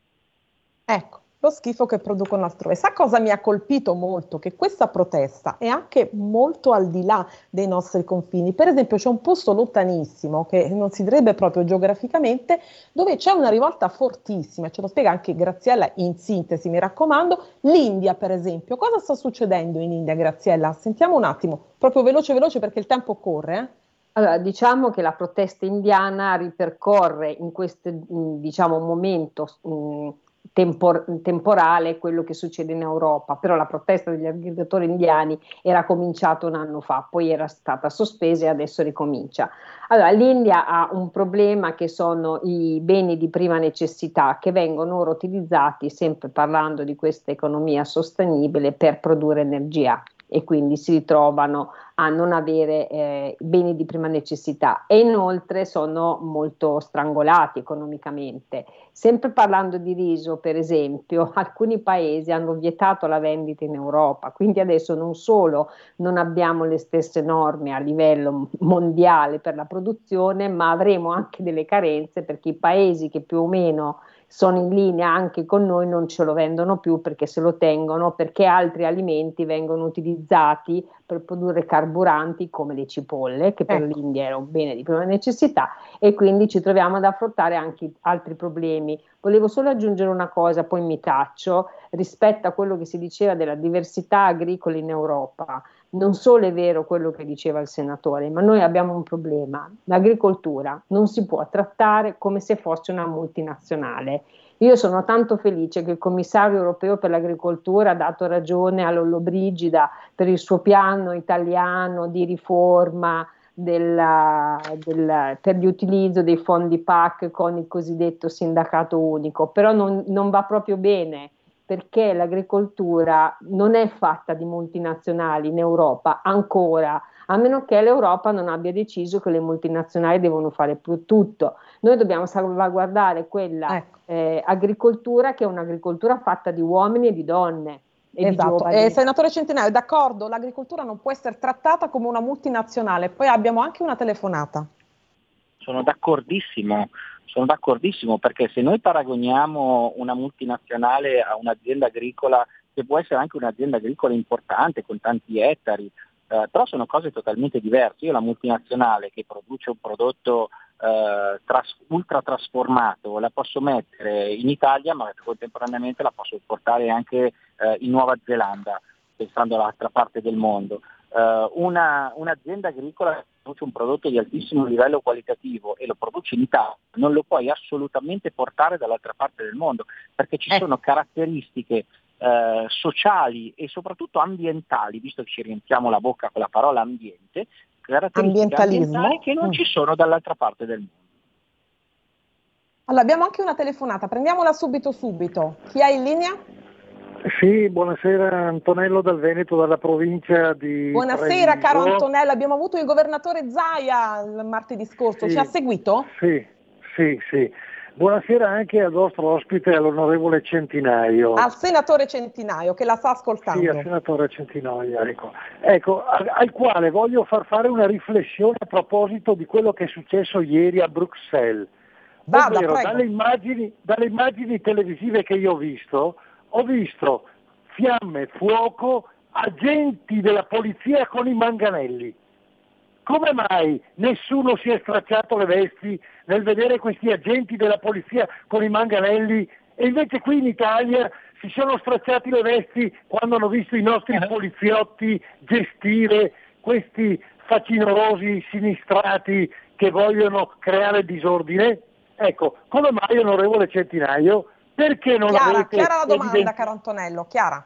Ecco, lo schifo che producono altrove. Sa cosa mi ha colpito molto? Che questa protesta è anche molto al di là dei nostri confini. Per esempio c'è un posto lontanissimo, che non si direbbe proprio geograficamente, dove c'è una rivolta fortissima, ce lo spiega anche Graziella in sintesi, mi raccomando, l'India per esempio. Cosa sta succedendo in India, Graziella? Sentiamo un attimo, proprio veloce veloce perché il tempo corre, eh? Allora, diciamo che la protesta indiana ripercorre in questo, mh, diciamo, momento mh, tempor- temporale quello che succede in Europa, però la protesta degli agricoltori indiani era cominciata un anno fa, poi era stata sospesa e adesso ricomincia. Allora, l'India ha un problema che sono i beni di prima necessità che vengono ora utilizzati, sempre parlando di questa economia sostenibile, per produrre energia e quindi si ritrovano a non avere eh, beni di prima necessità e inoltre sono molto strangolati economicamente. Sempre parlando di riso, per esempio, alcuni paesi hanno vietato la vendita in Europa, quindi adesso non solo non abbiamo le stesse norme a livello mondiale per la produzione, ma avremo anche delle carenze perché i paesi che più o meno sono in linea anche con noi non ce lo vendono più perché se lo tengono, perché altri alimenti vengono utilizzati per produrre carburanti come le cipolle, che per Ecco. l'India era un bene di prima necessità, e quindi ci troviamo ad affrontare anche altri problemi. Volevo solo aggiungere una cosa, poi mi taccio, rispetto a quello che si diceva della diversità agricola in Europa. Non solo è vero quello che diceva il senatore, ma noi abbiamo un problema. L'agricoltura non si può trattare come se fosse una multinazionale. Io sono tanto felice che il commissario europeo per l'agricoltura ha dato ragione a Lollobrigida per il suo piano italiano di riforma della, della, per l'utilizzo dei fondi P A C con il cosiddetto sindacato unico, però non, non va proprio bene perché l'agricoltura non è fatta di multinazionali in Europa ancora, a meno che l'Europa non abbia deciso che le multinazionali devono fare più tutto. Noi dobbiamo salvaguardare quella Ecco. eh, agricoltura che è un'agricoltura fatta di uomini e di donne e di Esatto, giovani. eh, senatore Centinaio, d'accordo, l'agricoltura non può essere trattata come una multinazionale. Poi abbiamo anche una telefonata. Sono d'accordissimo, sono d'accordissimo perché se noi paragoniamo una multinazionale a un'azienda agricola, che può essere anche un'azienda agricola importante con tanti ettari, eh, però sono cose totalmente diverse. Io la multinazionale che produce un prodotto eh, tras- ultra trasformato, la posso mettere in Italia, ma contemporaneamente la posso portare anche eh, in Nuova Zelanda, pensando all'altra parte del mondo. Uh, una, un'azienda agricola che produce un prodotto di altissimo livello qualitativo e lo produce in Italia, non lo puoi assolutamente portare dall'altra parte del mondo, perché ci Eh. sono caratteristiche uh, sociali e soprattutto ambientali, visto che ci riempiamo la bocca con la parola ambiente, caratteristiche Ambientalismo. ambientali che non Mm. ci sono dall'altra parte del mondo. Allora, abbiamo anche una telefonata, prendiamola subito subito. Chi è in linea? Sì, buonasera, Antonello dal Veneto, dalla provincia di Buonasera Treviso. caro Antonello, abbiamo avuto il governatore Zaia il martedì scorso, Sì. ci ha seguito? Sì, sì, sì. Buonasera anche al vostro ospite, all'onorevole Centinaio. Al senatore Centinaio che la sta Sì, ascoltando. al senatore Centinaio, ecco. Ecco, al, al quale voglio far fare una riflessione a proposito di quello che è successo ieri a Bruxelles. Vada, Ovvero, prego. dalle immagini, dalle immagini televisive che io ho visto, ho visto fiamme, fuoco, agenti della polizia con i manganelli. Come mai nessuno si è stracciato le vesti nel vedere questi agenti della polizia con i manganelli e invece qui in Italia si sono stracciati le vesti quando hanno visto i nostri poliziotti gestire questi facinorosi sinistrati che vogliono creare disordine? Ecco, come mai, onorevole Centinaio, perché non Chiara, avete chiara la domanda evidenti- caro Antonello, chiara.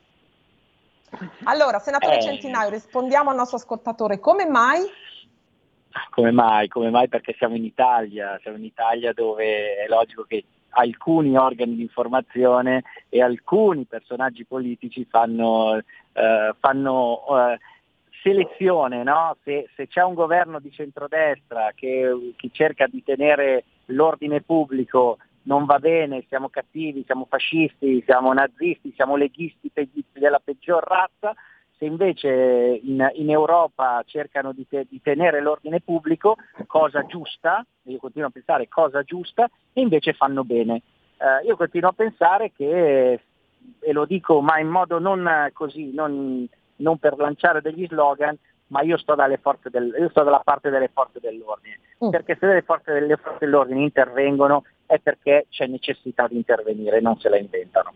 Allora, senatore Eh. Centinaio, rispondiamo al nostro ascoltatore, come mai? Come mai? Come mai? Perché siamo in Italia, siamo in Italia dove è logico che alcuni organi di informazione e alcuni personaggi politici fanno, eh, fanno eh, selezione, no? Se, se c'è un governo di centrodestra che, che cerca di tenere l'ordine pubblico, non va bene, siamo cattivi, siamo fascisti, siamo nazisti, siamo leghisti peggisti della peggior razza. Se invece in, in Europa cercano di, te, di tenere l'ordine pubblico, cosa giusta, io continuo a pensare cosa giusta, e invece fanno bene. Eh, io continuo a pensare che, e lo dico ma in modo non così, non, non per lanciare degli slogan, ma io sto, dalle forze del, io sto dalla parte delle forze dell'ordine, Mm. perché se le forze, delle forze dell'ordine intervengono è perché c'è necessità di intervenire, non se la inventano.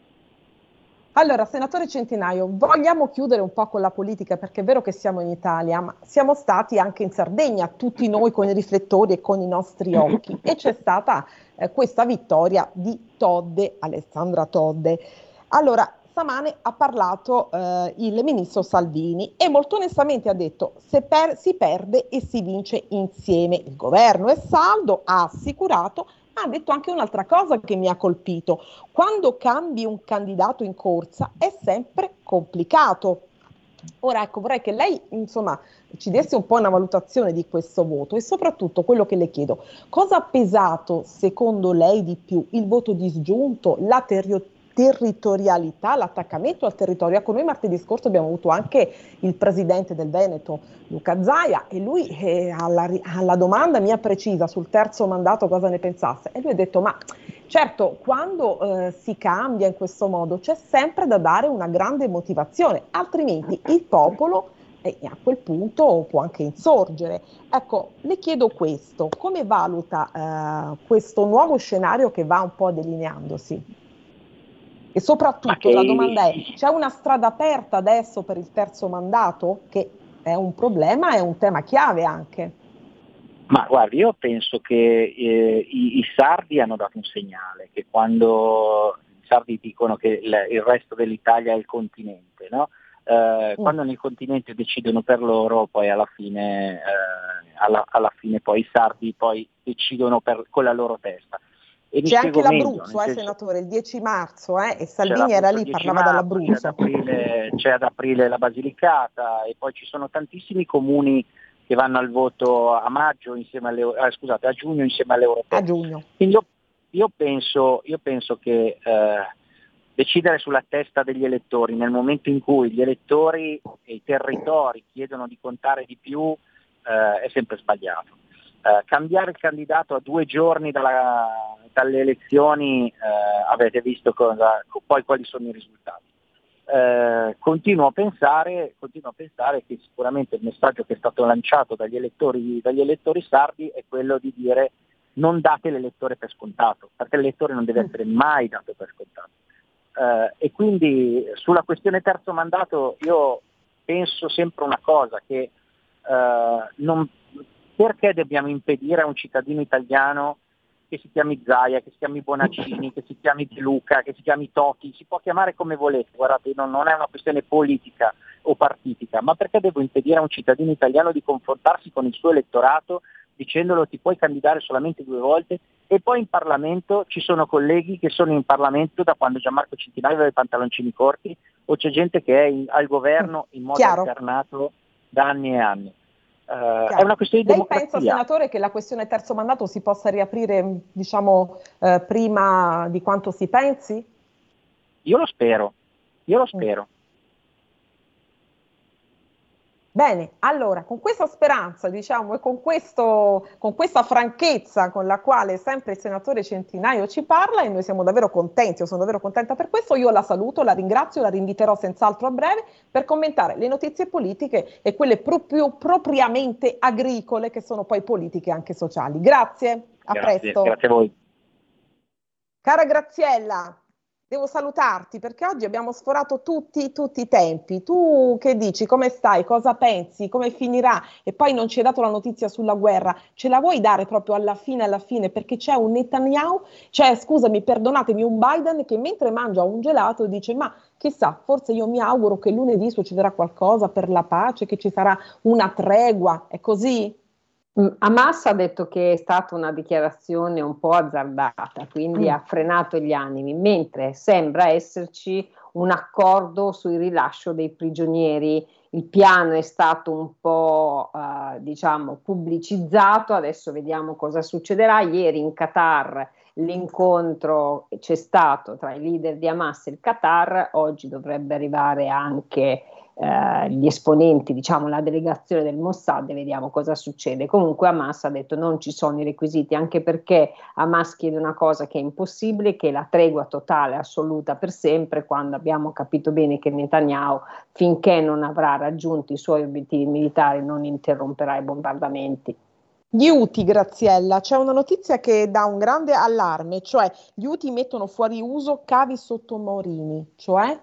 Allora, senatore Centinaio, vogliamo chiudere un po' con la politica perché è vero che siamo in Italia, ma siamo stati anche in Sardegna, tutti noi con i riflettori e con i nostri occhi, e c'è stata eh, questa vittoria di Todde, Alessandra Todde. Allora, stamane ha parlato eh, il ministro Salvini e molto onestamente ha detto se per, si perde e si vince insieme. Il governo è saldo, ha assicurato, ma ha detto anche un'altra cosa che mi ha colpito. Quando cambi un candidato in corsa è sempre complicato. Ora ecco, vorrei che lei insomma ci desse un po' una valutazione di questo voto e soprattutto quello che le chiedo, cosa ha pesato secondo lei di più? Il voto disgiunto, la terio- territorialità, l'attaccamento al territorio? Ecco, noi martedì scorso abbiamo avuto anche il presidente del Veneto, Luca Zaia, e lui eh, alla, ri- alla domanda mia precisa sul terzo mandato cosa ne pensasse, e lui ha detto ma certo, quando eh, si cambia in questo modo c'è sempre da dare una grande motivazione, altrimenti il popolo eh, a quel punto può anche insorgere. Ecco, le chiedo questo, come valuta eh, questo nuovo scenario che va un po' delineandosi? E soprattutto che- la domanda è, c'è una strada aperta adesso per il terzo mandato? Che è un problema, è un tema chiave anche. Ma guardi, io penso che eh, i, i sardi hanno dato un segnale, che quando i sardi dicono che il, il resto dell'Italia è il continente, no? Eh, Mm. Quando nel continente decidono per loro, poi alla fine, eh, alla, alla fine poi i sardi poi decidono per, con la loro testa. E mi C'è anche spiego meglio, l'Abruzzo, nel eh, senso- senatore, il dieci marzo, eh, e c'è Salvini era l'Abruzzo lì, il dieci parlava marzo, c'è ad, dall'Abruzzo. aprile, c'è ad aprile la Basilicata e poi ci sono tantissimi comuni che vanno al voto a maggio insieme alle, eh, scusate, a giugno insieme alle europee. A giugno. Quindi io, io penso, io penso che eh, decidere sulla testa degli elettori nel momento in cui gli elettori e i territori chiedono di contare di più eh, è sempre sbagliato. Eh, cambiare il candidato a due giorni dalla, dalle elezioni, eh, avete visto cosa, poi quali sono i risultati. eh, continuo a pensare, continuo a pensare che sicuramente il messaggio che è stato lanciato dagli elettori, dagli elettori sardi è quello di dire non date l'elettore per scontato, perché l'elettore non deve essere mai dato per scontato. Eh, e quindi sulla questione terzo mandato io penso sempre una cosa, che eh, non, perché dobbiamo impedire a un cittadino italiano che si chiami Zaia, che si chiami Bonaccini, che si chiami De Luca, che si chiami Toti, si può chiamare come volete, guardate, non, non è una questione politica o partitica, ma perché devo impedire a un cittadino italiano di confrontarsi con il suo elettorato dicendolo ti puoi candidare solamente due volte, e poi in Parlamento ci sono colleghi che sono in Parlamento da quando Gianmarco Centinaio aveva i pantaloncini corti, o c'è gente che è in, al governo in modo Chiaro. alternato da anni e anni. Uh, è una questione di Lei democrazia. pensa, senatore, che la questione terzo mandato si possa riaprire, diciamo, eh, prima di quanto si pensi? Io lo spero, io lo spero. Bene, allora, con questa speranza, diciamo, e con, questo, con questa franchezza con la quale sempre il senatore Centinaio ci parla, e noi siamo davvero contenti, io sono davvero contenta per questo, io la saluto, la ringrazio, la rinviterò senz'altro a breve per commentare le notizie politiche e quelle proprio propriamente agricole, che sono poi politiche anche sociali. Grazie, a Grazie, presto. grazie a voi. Cara Graziella, devo salutarti perché oggi abbiamo sforato tutti, tutti i tempi. Tu che dici? Come stai? Cosa pensi? Come finirà? E poi non ci hai dato la notizia sulla guerra. Ce la vuoi dare proprio alla fine, alla fine? Perché c'è un Netanyahu, cioè scusami, perdonatemi, un Biden che mentre mangia un gelato dice ma chissà, forse io mi auguro che lunedì succederà qualcosa per la pace, che ci sarà una tregua. È così? Hamas ha detto che è stata una dichiarazione un po' azzardata, quindi Mm. ha frenato gli animi, mentre sembra esserci un accordo sul rilascio dei prigionieri. Il piano è stato un po' eh, diciamo pubblicizzato, adesso vediamo cosa succederà. Ieri in Qatar l'incontro c'è stato tra i leader di Hamas e il Qatar, oggi dovrebbe arrivare anche eh, gli esponenti, diciamo la delegazione del Mossad, e vediamo cosa succede. Comunque Hamas ha detto non ci sono i requisiti, anche perché Hamas chiede una cosa che è impossibile, che è la tregua totale, assoluta per sempre, quando abbiamo capito bene che Netanyahu, finché non avrà raggiunto i suoi obiettivi militari, non interromperà i bombardamenti. Gli Houthi, Graziella, c'è una notizia che dà un grande allarme, cioè gli Houthi mettono fuori uso cavi sottomarini, cioè?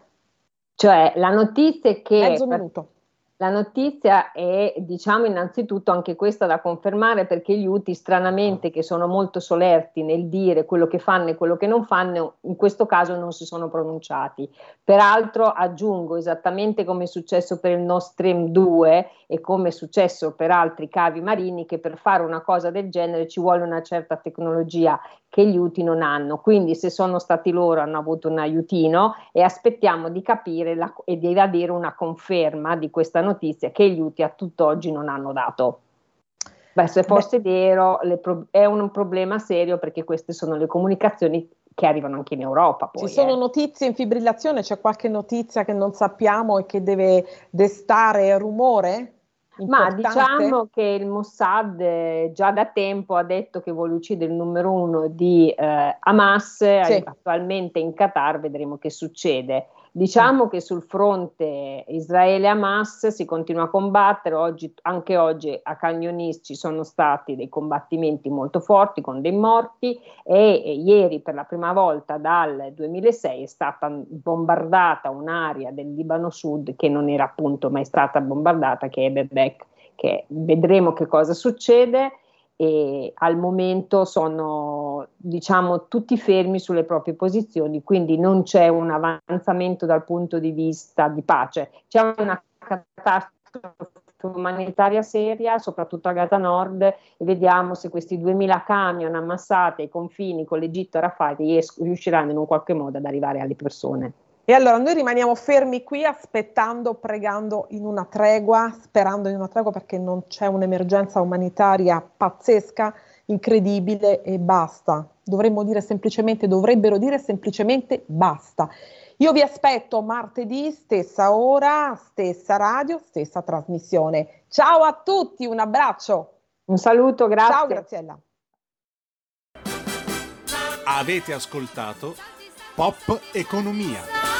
Cioè la notizia è che Mezzo minuto. La notizia è, diciamo, innanzitutto anche questa da confermare, perché gli Houthi, stranamente, che sono molto solerti nel dire quello che fanno e quello che non fanno, in questo caso non si sono pronunciati. Peraltro aggiungo, esattamente come è successo per il Nord Stream due e come è successo per altri cavi marini, che per fare una cosa del genere ci vuole una certa tecnologia che gli Houthi non hanno. Quindi se sono stati loro hanno avuto un aiutino, e aspettiamo di capire la, e di avere una conferma di questa notizia che gli Houthi a tutt'oggi non hanno dato. Beh, se fosse vero le pro- è un problema serio, perché queste sono le comunicazioni che arrivano anche in Europa. Poi, Ci sono eh. notizie in fibrillazione? C'è qualche notizia che non sappiamo e che deve destare rumore? Ma Importante? diciamo che il Mossad eh, già da tempo ha detto che vuole uccidere il numero uno di eh, Hamas, Sì. attualmente in Qatar, vedremo che succede. Diciamo che sul fronte Israele-Hamas si continua a combattere, oggi, anche oggi a Khan Younis ci sono stati dei combattimenti molto forti con dei morti, e, e ieri per la prima volta dal duemilasei è stata bombardata un'area del Libano Sud che non era appunto mai stata bombardata, che è Bebek, che vedremo che cosa succede. E al momento sono, diciamo, tutti fermi sulle proprie posizioni, quindi non c'è un avanzamento dal punto di vista di pace, c'è una catastrofe umanitaria seria, soprattutto a Gaza Nord, e vediamo se questi duemila camion ammassati ai confini con l'Egitto e Rafah riusciranno in un qualche modo ad arrivare alle persone. E allora noi rimaniamo fermi qui aspettando, pregando in una tregua, sperando in una tregua, perché non c'è un'emergenza umanitaria pazzesca, incredibile, e basta. Dovremmo dire semplicemente, dovrebbero dire semplicemente basta. Io vi aspetto martedì, stessa ora, stessa radio, stessa trasmissione. Ciao a tutti, un abbraccio. Un saluto, grazie. Ciao Graziella. Avete ascoltato Pop Economia.